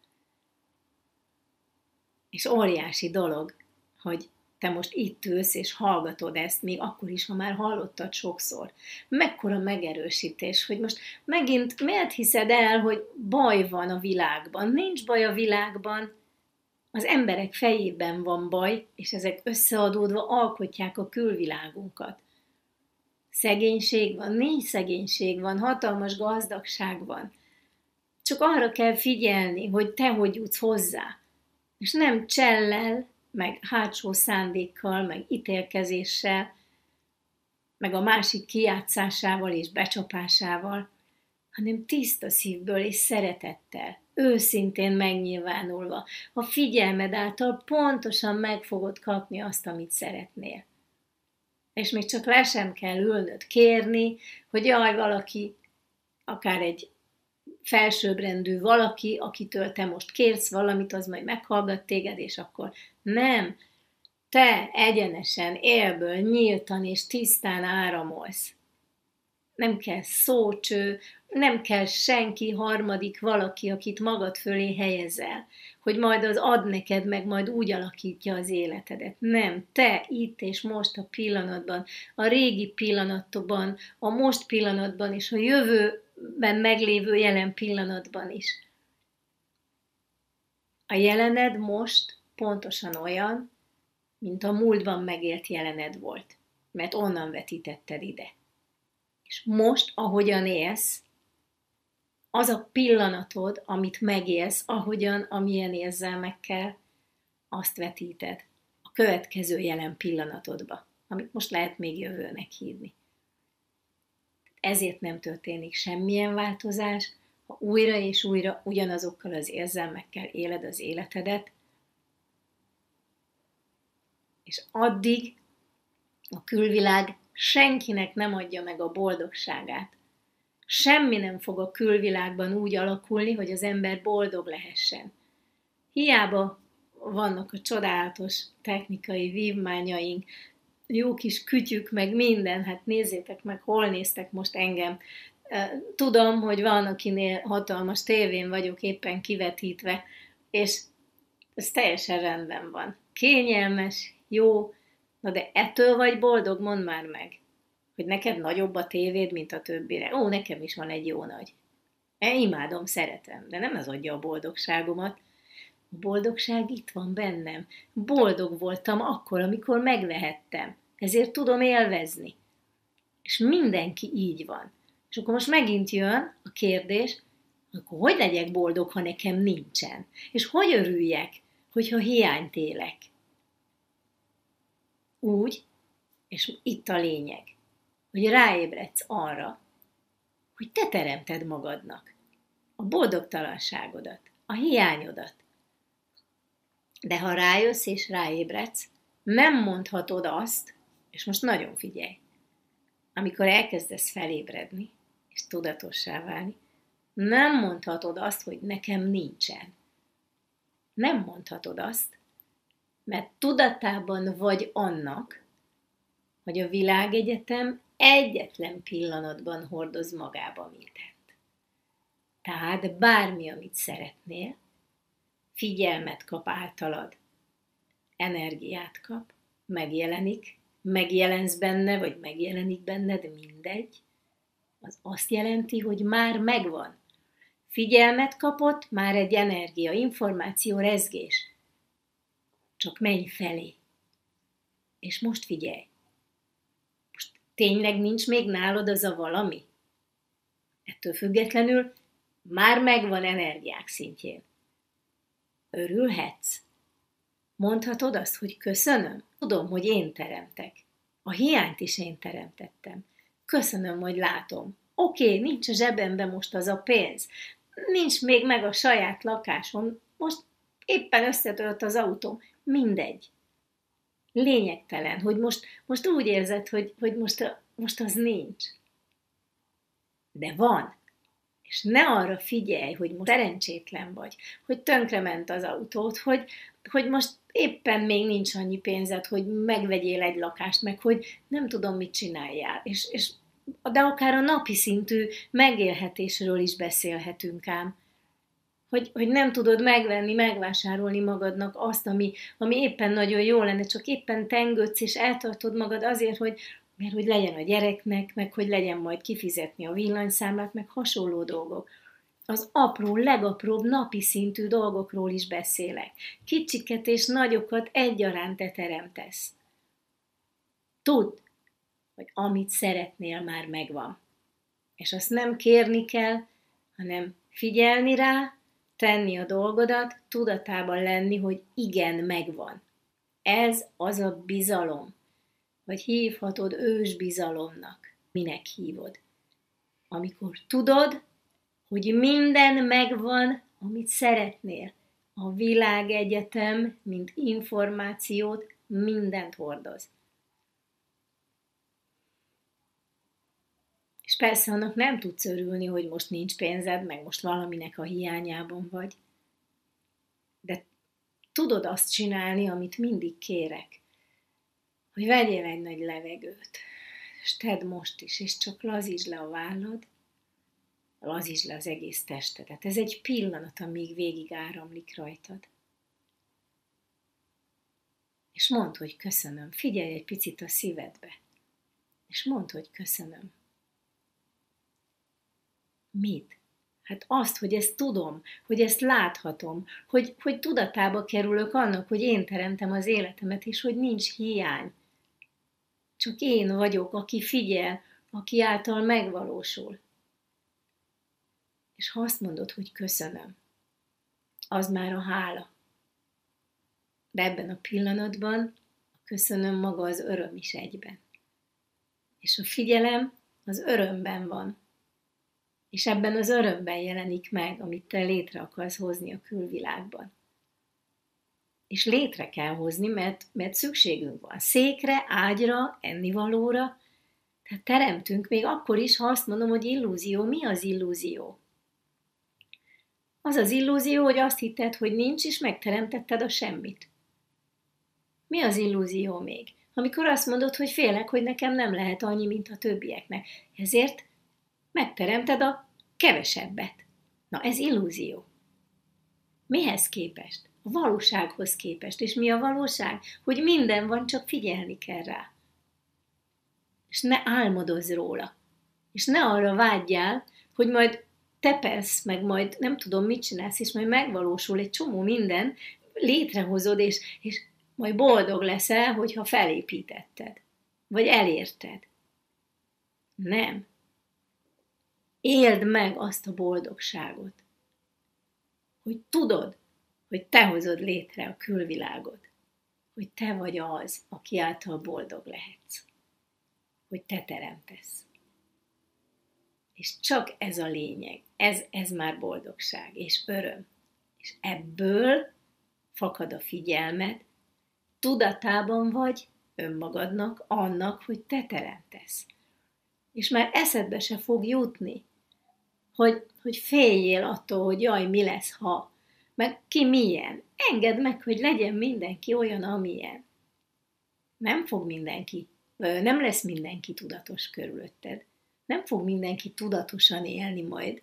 És óriási dolog, hogy te most itt ülsz és hallgatod ezt, még akkor is, ha már hallottad sokszor. Mekkora megerősítés, hogy most megint miért hiszed el, hogy baj van a világban? Nincs baj a világban, az emberek fejében van baj, és ezek összeadódva alkotják a külvilágunkat. Szegénység van, nincs szegénység van, hatalmas gazdagság van. Csak arra kell figyelni, hogy te hogy jutsz hozzá. És nem csellel, meg hátsó szándékkal, meg ítélkezéssel, meg a másik kijátszásával és becsapásával, hanem tiszta szívből és szeretettel, őszintén megnyilvánulva, a figyelmed által pontosan meg fogod kapni azt, amit szeretnél. És még csak le sem kell ülnöd kérni, hogy jaj, valaki, akár egy felsőbbrendű valaki, akitől te most kérsz valamit, az majd meghallgat téged, és akkor nem. Te egyenesen, élből, nyíltan és tisztán áramolsz. Nem kell szócső, nem kell senki harmadik valaki, akit magad fölé helyezel, hogy majd az ad neked, meg majd úgy alakítja az életedet. Nem, te itt és most a pillanatban, a régi pillanatokban, a most pillanatban és a jövőben meglévő jelen pillanatban is. A jelened most pontosan olyan, mint a múltban megélt jelened volt, mert onnan vetítetted ide. És most, ahogyan élsz, az a pillanatod, amit megélsz, ahogyan, amilyen érzelmekkel, azt vetíted a következő jelen pillanatodba, amit most lehet még jövőnek hívni. Ezért nem történik semmilyen változás, ha újra és újra ugyanazokkal az érzelmekkel éled az életedet, és addig a külvilág senkinek nem adja meg a boldogságát. Semmi nem fog a külvilágban úgy alakulni, hogy az ember boldog lehessen. Hiába vannak a csodálatos technikai vívmányaink, jó kis kütyük, meg minden, hát nézzétek meg, hol néztek most engem. Tudom, hogy van, akinél hatalmas tévén vagyok éppen kivetítve, és ez teljesen rendben van. Kényelmes, jó, na de ettől vagy boldog, mondd már meg, hogy neked nagyobb a tévéd, mint a többire. Ó, nekem is van egy jó nagy. Én imádom, szeretem, de nem ez adja a boldogságomat. A boldogság itt van bennem. Boldog voltam akkor, amikor megvehettem. Ezért tudom élvezni. És mindenki így van. És akkor most megint jön a kérdés, akkor hogy legyek boldog, ha nekem nincsen? És hogy örüljek, hogyha hiányt élek? Úgy, és itt a lényeg, hogy ráébredsz arra, hogy te teremted magadnak a boldogtalanságodat, a hiányodat. De ha rájössz és ráébredsz, nem mondhatod azt, és most nagyon figyelj, amikor elkezdesz felébredni, és tudatossá válni, nem mondhatod azt, hogy nekem nincsen. Nem mondhatod azt, mert tudatában vagy annak, hogy a világegyetem egyetlen pillanatban hordoz magába mindent. Tehát bármi, amit szeretnél, figyelmet kap általad, energiát kap, megjelenik, megjelensz benne, vagy megjelenik benned, mindegy, az azt jelenti, hogy már megvan. Figyelmet kapott, már egy energia, információ, rezgés. Csak menj felé. És most figyelj. Most tényleg nincs még nálad az a valami? Ettől függetlenül már megvan energiák szintjén. Örülhetsz. Mondhatod azt, hogy köszönöm. Tudom, hogy én teremtek. A hiányt is én teremtettem. Köszönöm, hogy látom. Oké, okay, nincs a zsebemben most az a pénz. Nincs még meg a saját lakásom. Most éppen összetört az autóm. Mindegy. Lényegtelen, hogy most, most úgy érzed, hogy, hogy most, most az nincs. De van. És ne arra figyelj, hogy most szerencsétlen vagy, hogy tönkrement az autót, hogy, hogy most éppen még nincs annyi pénzed, hogy megvegyél egy lakást, meg hogy nem tudom, mit csináljál. És, és, de akár a napi szintű megélhetésről is beszélhetünk ám. Hogy, hogy nem tudod megvenni, megvásárolni magadnak azt, ami, ami éppen nagyon jó lenne, csak éppen tengődsz, és eltartod magad azért, hogy, mert hogy legyen a gyereknek, meg hogy legyen majd kifizetni a villanyszámlát, meg hasonló dolgok. Az apró, legapróbb napi szintű dolgokról is beszélek. Kicsiket és nagyokat egyaránt te teremtesz. Tudd, hogy amit szeretnél, már megvan. És azt nem kérni kell, hanem figyelni rá, tenni a dolgodat, tudatában lenni, hogy igen, megvan. Ez az a bizalom, vagy hívhatod ősbizalomnak. Minek hívod? Amikor tudod, hogy minden megvan, amit szeretnél. A világegyetem, mint információt, mindent hordoz. És persze annak nem tudsz örülni, hogy most nincs pénzed, meg most valaminek a hiányában vagy. De tudod azt csinálni, amit mindig kérek. Hogy vegyél egy nagy levegőt, és tedd most is, és csak lazítsd le a vállad, lazítsd le az egész testedet. Ez egy pillanat, amíg végig áramlik rajtad. És mondd, hogy köszönöm. Figyelj egy picit a szívedbe. És mondd, hogy köszönöm. Mit? Hát azt, hogy ezt tudom, hogy ezt láthatom, hogy, hogy tudatába kerülök annak, hogy én teremtem az életemet, és hogy nincs hiány. Csak én vagyok, aki figyel, aki által megvalósul. És ha azt mondod, hogy köszönöm, az már a hála. De ebben a pillanatban a köszönöm maga az öröm is egyben. És a figyelem az örömben van. És ebben az örömben jelenik meg, amit te létre akarsz hozni a külvilágban. És létre kell hozni, mert, mert szükségünk van székre, ágyra, ennivalóra. Tehát teremtünk még akkor is, ha azt mondom, hogy illúzió. Mi az illúzió? Az az illúzió, hogy azt hitted, hogy nincs, és megteremtetted a semmit. Mi az illúzió még? Amikor azt mondod, hogy félek, hogy nekem nem lehet annyi, mint a többieknek. Ezért megteremted a kevesebbet. Na, ez illúzió. Mihez képest? A valósághoz képest. És mi a valóság? Hogy minden van, csak figyelni kell rá. És ne álmodozz róla. És ne arra vágyjál, hogy majd tepelsz, meg majd nem tudom, mit csinálsz, és majd megvalósul egy csomó minden, létrehozod, és, és majd boldog leszel, hogyha felépítetted. Vagy elérted. Nem. Éld meg azt a boldogságot, hogy tudod, hogy te hozod létre a külvilágot, hogy te vagy az, aki által boldog lehetsz, hogy te teremtesz. És csak ez a lényeg, ez, ez már boldogság és öröm. És ebből fakad a figyelmed, tudatában vagy önmagadnak, annak, hogy te teremtesz. És már eszedbe se fog jutni, hogy, hogy féljél attól, hogy jaj, mi lesz, ha, meg ki milyen. Engedd meg, hogy legyen mindenki olyan, amilyen. Nem fog mindenki, nem lesz mindenki tudatos körülötted. Nem fog mindenki tudatosan élni majd.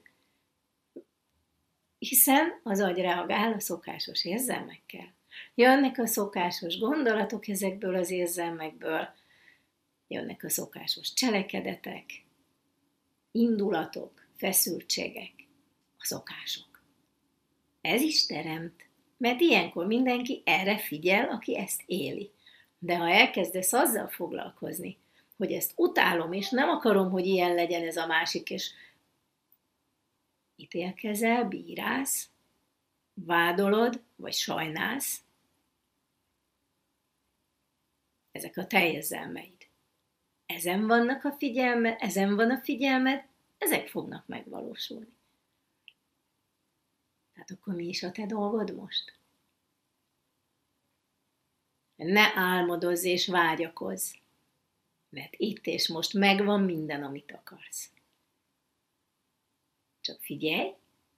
Hiszen az agy reagál a szokásos érzelmekkel. Jönnek a szokásos gondolatok ezekből az érzelmekből, jönnek a szokásos cselekedetek, indulatok, feszültségek, a szokások. Ez is teremt, mert ilyenkor mindenki erre figyel, aki ezt éli. De ha elkezdesz azzal foglalkozni, hogy ezt utálom, és nem akarom, hogy ilyen legyen ez a másik, és ítélkezel, bírálsz, vádolod, vagy sajnálsz, ezek a te érzelmeid. ezen vannak a figyelme, ezen van a figyelmed, ezek fognak megvalósulni. Tehát akkor mi is a te dolgod most? Ne álmodozz és vágyakozz, mert itt és most megvan minden, amit akarsz. Csak figyelj,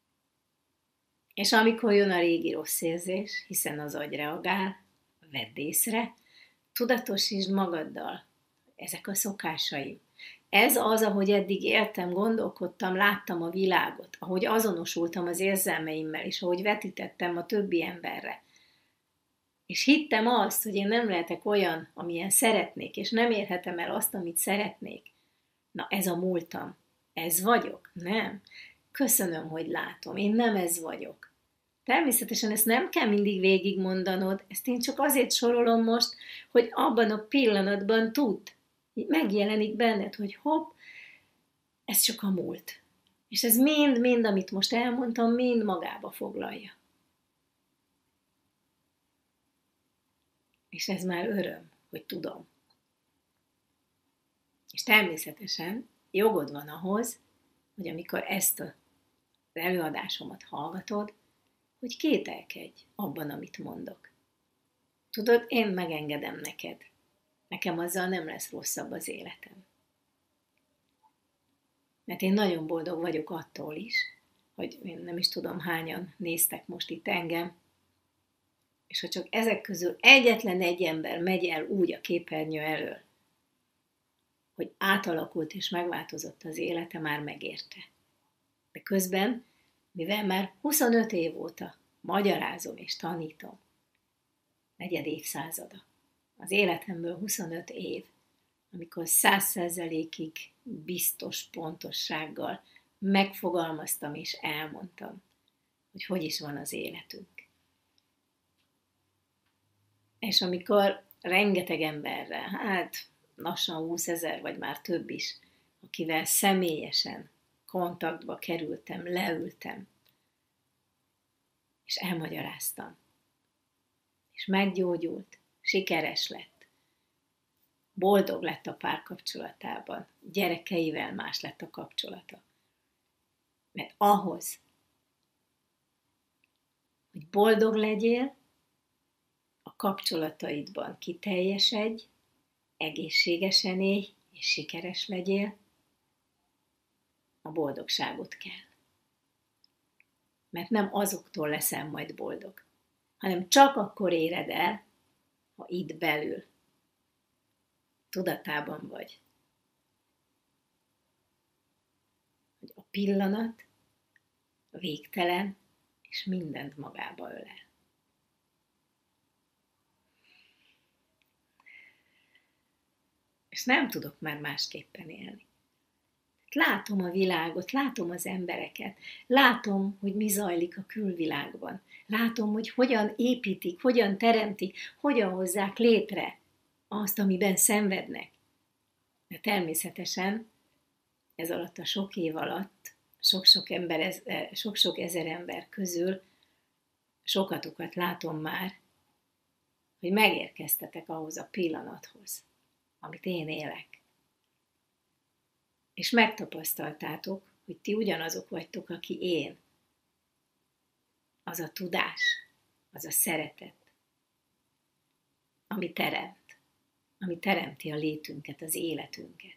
és amikor jön a régi rossz érzés, hiszen az agy reagál, vedd észre, tudatosítsd magaddal, ezek a szokásaim. Ez az, ahogy eddig éltem, gondolkodtam, láttam a világot, ahogy azonosultam az érzelmeimmel, és ahogy vetítettem a többi emberre. És hittem azt, hogy én nem lehetek olyan, amilyen szeretnék, és nem érhetem el azt, amit szeretnék. Na, ez a múltam. Ez vagyok? Nem. Köszönöm, hogy látom. Én nem ez vagyok. Természetesen ezt nem kell mindig végigmondanod, ezt én csak azért sorolom most, hogy abban a pillanatban tudd, megjelenik benned, hogy hopp, ez csak a múlt. És ez mind-mind, amit most elmondtam, mind magába foglalja. És ez már öröm, hogy tudom. És természetesen jogod van ahhoz, hogy amikor ezt az előadásomat hallgatod, hogy kételkedj abban, amit mondok. Tudod, én megengedem neked. Nekem azzal nem lesz rosszabb az életem. Mert én nagyon boldog vagyok attól is, hogy én nem is tudom hányan néztek most itt engem, és ha csak ezek közül egyetlen egy ember megy el úgy a képernyő elől, hogy átalakult és megváltozott az élete, már megérte. De közben, mivel már huszonöt év óta magyarázom és tanítom, negyed évszázada, az életemből huszonöt év, amikor száz százalékig biztos pontossággal megfogalmaztam és elmondtam, hogy hogy is van az életünk. És amikor rengeteg emberre, hát lassan húszezer vagy már több is, akivel személyesen kontaktba kerültem, leültem, és elmagyaráztam, és meggyógyult, sikeres lett, boldog lett a párkapcsolatában, gyerekeivel más lett a kapcsolata. Mert ahhoz, hogy boldog legyél, a kapcsolataidban kiteljesedj, egészségesen élj és sikeres legyél, a boldogságot kell. Mert nem azoktól leszel majd boldog, hanem csak akkor éred el, ha itt belül tudatában vagy, hogy a pillanat végtelen és mindent magába ölel. És nem tudok már másképpen élni. Látom a világot, látom az embereket, látom, hogy mi zajlik a külvilágban. Látom, hogy hogyan építik, hogyan teremtik, hogyan hozzák létre azt, amiben szenvednek. De természetesen ez alatt a sok év alatt, sok-sok, ember, sok-sok ezer ember közül sokatokat látom már, hogy megérkeztetek ahhoz a pillanathoz, amit én élek. És megtapasztaltátok, hogy ti ugyanazok vagytok, aki én. Az a tudás, az a szeretet, ami teremt, ami teremti a létünket, az életünket.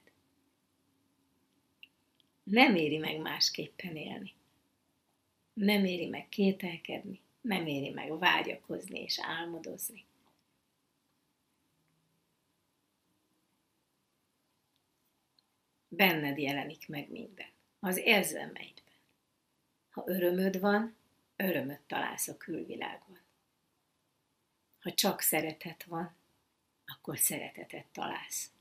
Nem éri meg másképpen élni. Nem éri meg kételkedni, nem éri meg vágyakozni és álmodozni. Benned jelenik meg minden, az érzelmeidben. Ha örömöd van, örömöt találsz a külvilágban. Ha csak szeretet van, akkor szeretetet találsz.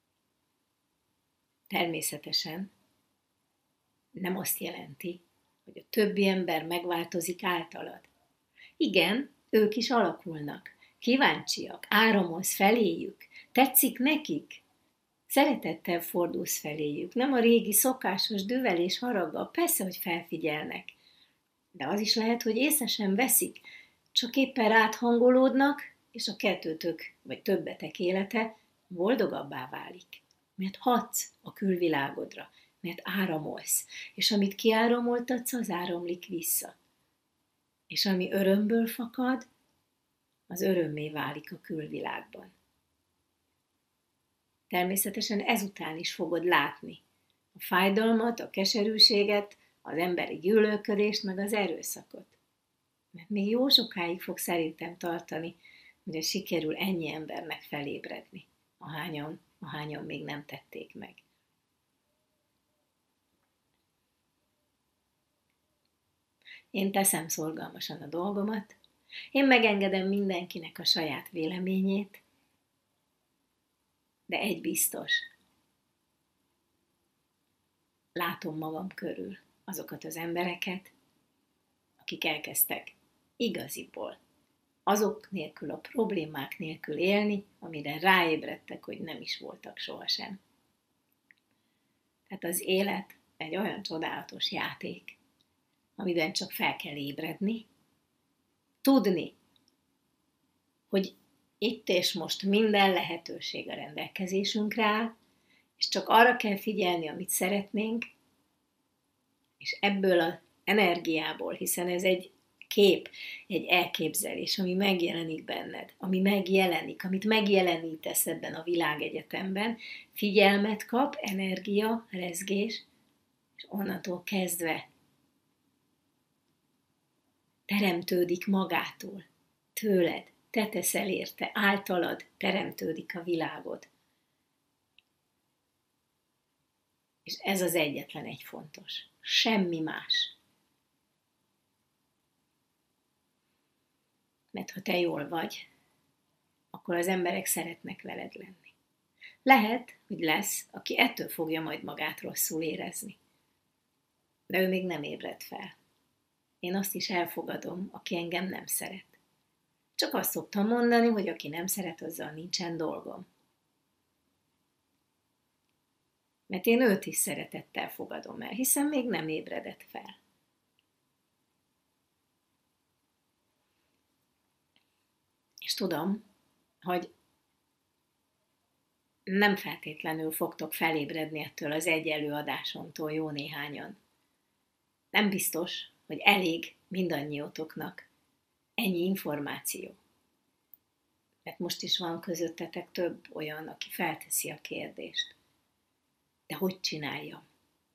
Természetesen nem azt jelenti, hogy a többi ember megváltozik általad. Igen, ők is alakulnak, kíváncsiak, áramolsz feléjük, tetszik nekik, szeretettel fordulsz feléjük, nem a régi szokásos düvel és haraggal, persze, hogy felfigyelnek. De az is lehet, hogy észre sem veszik, csak éppen rád hangolódnak, és a kettőtök, vagy többetek élete boldogabbá válik. mert hatsz a külvilágodra, mert áramolsz, és amit kiáramoltatsz, az áramlik vissza. És ami örömből fakad, az örömmé válik a külvilágban. Természetesen ezután is fogod látni a fájdalmat, a keserűséget, az emberi gyűlölködést, meg az erőszakot. Mert még jó sokáig fog szerintem tartani, mire sikerül ennyi embernek felébredni, ahányan, ahányan még nem tették meg. Én teszem szorgalmasan a dolgomat, én megengedem mindenkinek a saját véleményét, de egy biztos, látom magam körül azokat az embereket, akik elkezdtek igaziból, azok nélkül, a problémák nélkül élni, amire ráébredtek, hogy nem is voltak sohasem. Tehát az élet egy olyan csodálatos játék, amiben csak fel kell ébredni, tudni, hogy itt és most minden lehetőség a rendelkezésünkre áll, és csak arra kell figyelni, amit szeretnénk, és ebből az energiából, hiszen ez egy kép, egy elképzelés, ami megjelenik benned, ami megjelenik, amit megjelenítesz ebben a világegyetemben, figyelmet kap, energia, rezgés, és onnantól kezdve teremtődik magától, tőled, te teszel érte, általad teremtődik a világod. És ez az egyetlen egy fontos. Semmi más. Mert ha te jól vagy, akkor az emberek szeretnek veled lenni. Lehet, hogy lesz, aki ettől fogja majd magát rosszul érezni. De ő még nem ébred fel. Én azt is elfogadom, aki engem nem szeret. Csak azt szoktam mondani, hogy aki nem szeret, azzal nincsen dolgom. Mert én őt is szeretettel fogadom el, hiszen még nem ébredett fel. És tudom, hogy nem feltétlenül fogtok felébredni ettől az egy előadásomtól jó néhányan. Nem biztos, hogy elég mindannyiótoknak ennyi információ. Mert most is van közöttetek több olyan, aki felteszi a kérdést. De hogy csináljam?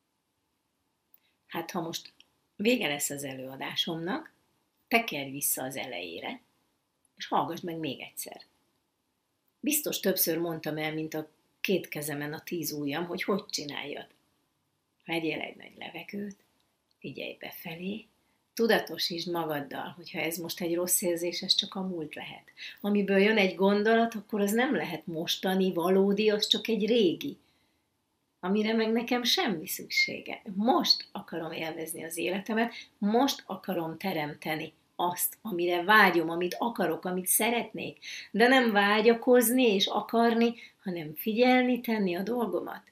Hát ha most vége lesz az előadásomnak, tekerj vissza az elejére, és hallgass meg még egyszer. Biztos többször mondtam el, mint a két kezemen a tíz ujjam, hogy hogy csináljad. Vegyél egy nagy levegőt, figyelj befelé, tudatosítsd magaddal, hogyha ez most egy rossz érzés, ez csak a múlt lehet. Amiből jön egy gondolat, akkor az nem lehet mostani, valódi, az csak egy régi. Amire meg nekem semmi szüksége. Most akarom élvezni az életemet, most akarom teremteni azt, amire vágyom, amit akarok, amit szeretnék, de nem vágyakozni és akarni, hanem figyelni, tenni a dolgomat.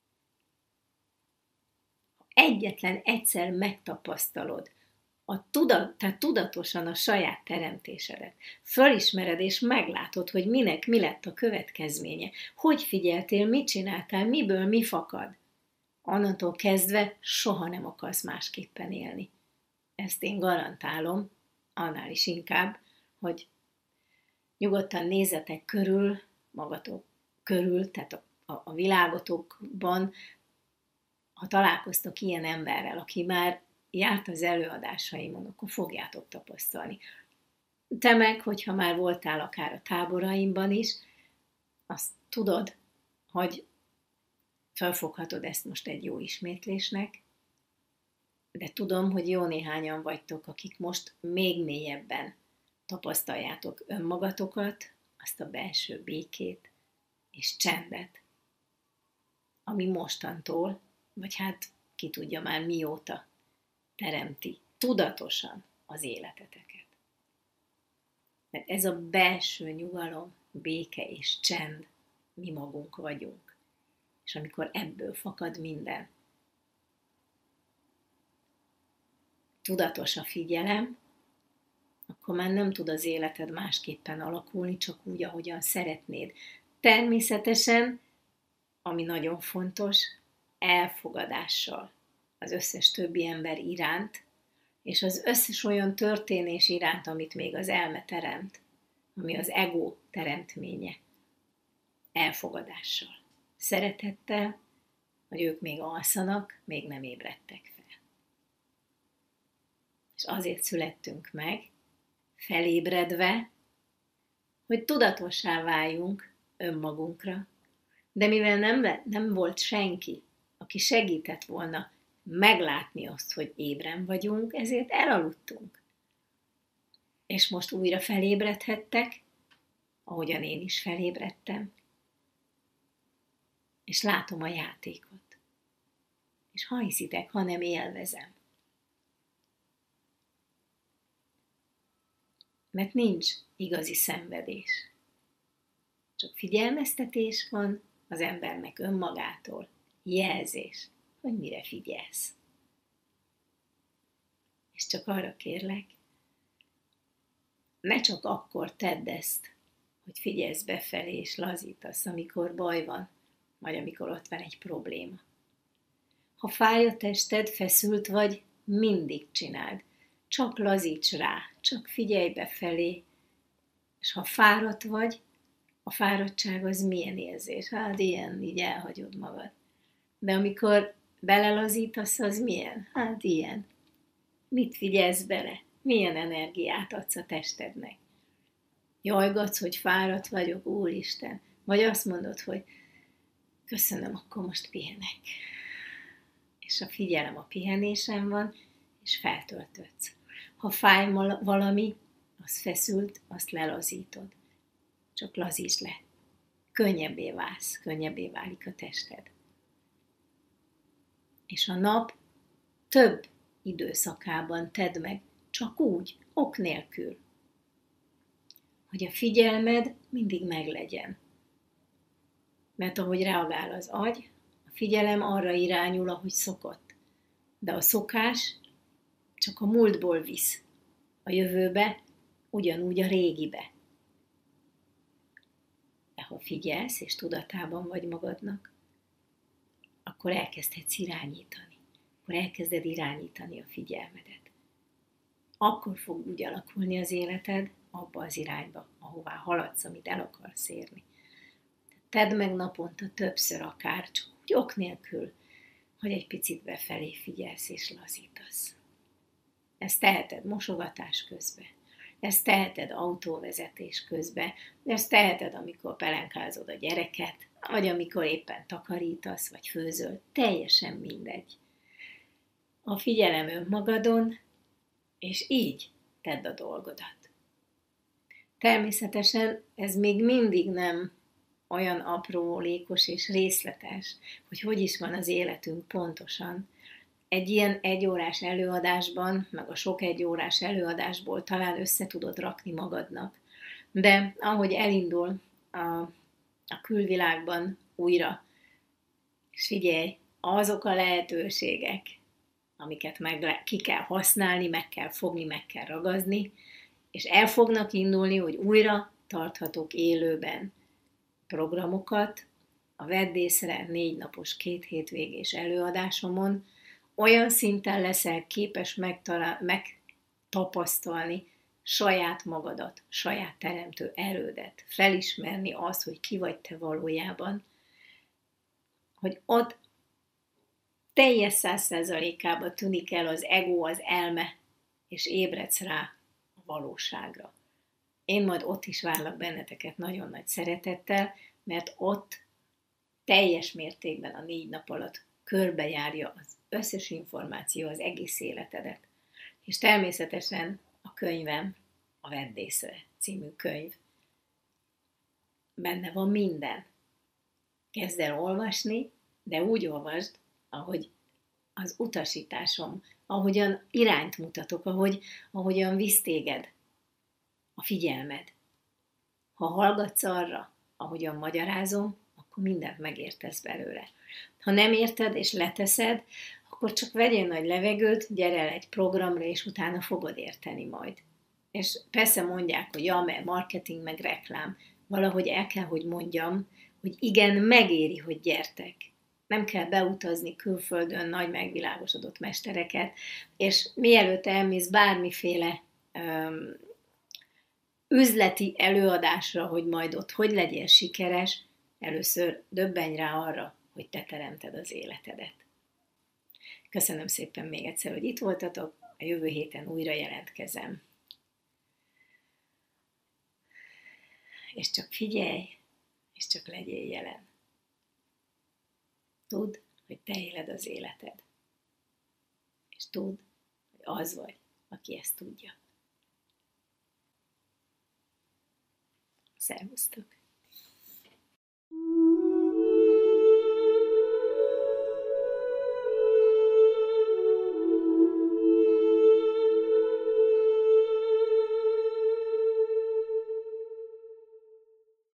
Egyetlen egyszer megtapasztalod, a tudat, tehát tudatosan a saját teremtésedet. Fölismered és meglátod, hogy minek mi lett a következménye. Hogy figyeltél, mit csináltál, miből mi fakad. Onnantól kezdve soha nem akarsz másképpen élni. Ezt én garantálom, annál is inkább, hogy nyugodtan nézzetek körül, magatok körül, tehát a, a, a világotokban, ha találkoztok ilyen emberrel, aki már járt az előadásaimon, akkor fogjátok tapasztalni. Te meg, hogyha már voltál akár a táboraimban is, azt tudod, hogy felfoghatod ezt most egy jó ismétlésnek, de tudom, hogy jó néhányan vagytok, akik most még mélyebben tapasztaljátok önmagatokat, azt a belső békét és csendet, ami mostantól, vagy hát ki tudja már mióta teremti tudatosan az életeteket. Mert ez a belső nyugalom, béke és csend, mi magunk vagyunk. És amikor ebből fakad minden, tudatos a figyelem, akkor már nem tud az életed másképpen alakulni, csak úgy, ahogyan szeretnéd. Természetesen ami nagyon fontos, elfogadással az összes többi ember iránt, és az összes olyan történés iránt, amit még az elme teremt, ami az ego teremtménye. Elfogadással. Szeretettel, hogy ők még alszanak, még nem ébredtek fel. És azért születtünk meg, felébredve, hogy tudatossá váljunk önmagunkra, de mivel nem, nem volt senki, aki segített volna meglátni azt, hogy ébren vagyunk, ezért elaludtunk. És most újra felébredhettek, ahogyan én is felébredtem, és látom a játékot. És ha hiszitek, ha nem élvezem. Mert nincs igazi szenvedés. Csak figyelmeztetés van az embernek önmagától, jelzés, hogy mire figyelsz. És csak arra kérlek, ne csak akkor tedd ezt, hogy figyelsz befelé és lazítasz, amikor baj van, vagy amikor ott van egy probléma. Ha fáj a tested, feszült vagy, mindig csináld. Csak lazíts rá, csak figyelj befelé, és ha fáradt vagy, a fáradtság az milyen érzés? Hát ilyen, így elhagyod magad. De amikor belelazítasz, az milyen? Hát ilyen. Mit figyelsz bele? Milyen energiát adsz a testednek? Jajgatsz, hogy fáradt vagyok, Úristen. Vagy azt mondod, hogy köszönöm, akkor most pihenek. És a figyelem a pihenésen van, és feltöltődsz. Ha fáj valami, az feszült, azt lelazítod. Csak lazítsd le. Könnyebbé válsz, könnyebbé válik a tested. És a nap több időszakában tedd meg, csak úgy, ok nélkül, hogy a figyelmed mindig meglegyen. Mert ahogy reagál az agy, a figyelem arra irányul, ahogy szokott. De a szokás csak a múltból visz, a jövőbe, ugyanúgy a régibe. De ha figyelsz és tudatában vagy magadnak, akkor elkezdhetsz irányítani. Akkor elkezded irányítani a figyelmedet. Akkor fog úgy alakulni az életed, abba az irányba, ahová haladsz, amit el akarsz érni. Tedd meg naponta többször akár, csak úgy ok nélkül, hogy egy picit befelé figyelsz és lazítasz. Ezt teheted mosogatás közben, ezt teheted autóvezetés közben, ezt teheted, amikor pelenkázod a gyereket, vagy amikor éppen takarítasz, vagy főzöl, teljesen mindegy. A figyelem önmagadon, és így tedd a dolgodat. Természetesen ez még mindig nem olyan aprólékos és részletes, hogy hogy is van az életünk pontosan. Egy ilyen egyórás előadásban, meg a sok egyórás előadásból talán össze tudod rakni magadnak. De ahogy elindul a, a külvilágban újra, és figyelj, azok a lehetőségek, amiket meg ki kell használni, meg kell fogni, meg kell ragazni, és el fognak indulni, hogy újra tarthatok élőben programokat, a Vedd észre négy napos két hétvégés előadásomon, olyan szinten leszel képes megtalál, megtapasztalni saját magadat, saját teremtő erődet, felismerni azt, hogy ki vagy te valójában, hogy ott teljes száz százalékában tűnik el az ego, az elme, és ébredsz rá a valóságra. Én majd ott is várlak benneteket nagyon nagy szeretettel, mert ott teljes mértékben a négy nap alatt körbejárja az összes információ, az egész életedet. És természetesen a könyvem, a Vedd észre című könyv. Benne van minden. Kezd el olvasni, de úgy olvasd, ahogy az utasításom, ahogyan irányt mutatok, ahogy, ahogyan visz téged a figyelmed. Ha hallgatsz arra, ahogyan magyarázom, akkor mindent megértesz belőle. Ha nem érted és leteszed, akkor csak vegyél nagy levegőt, gyere el egy programra, és utána fogod érteni majd. És persze mondják, hogy ja, mert marketing, meg reklám. Valahogy el kell, hogy mondjam, hogy igen, megéri, hogy gyertek. Nem kell beutazni külföldön nagy megvilágosodott mestereket, és mielőtt elmész bármiféle um, üzleti előadásra, hogy majd ott hogy legyél sikeres, először döbbenj rá arra, hogy te teremted az életedet. Köszönöm szépen még egyszer, hogy itt voltatok, a jövő héten újra jelentkezem. És csak figyelj, és csak legyél jelen. Tudd, hogy te éled az életed. És tudd, hogy az vagy, aki ezt tudja. Szervusztok!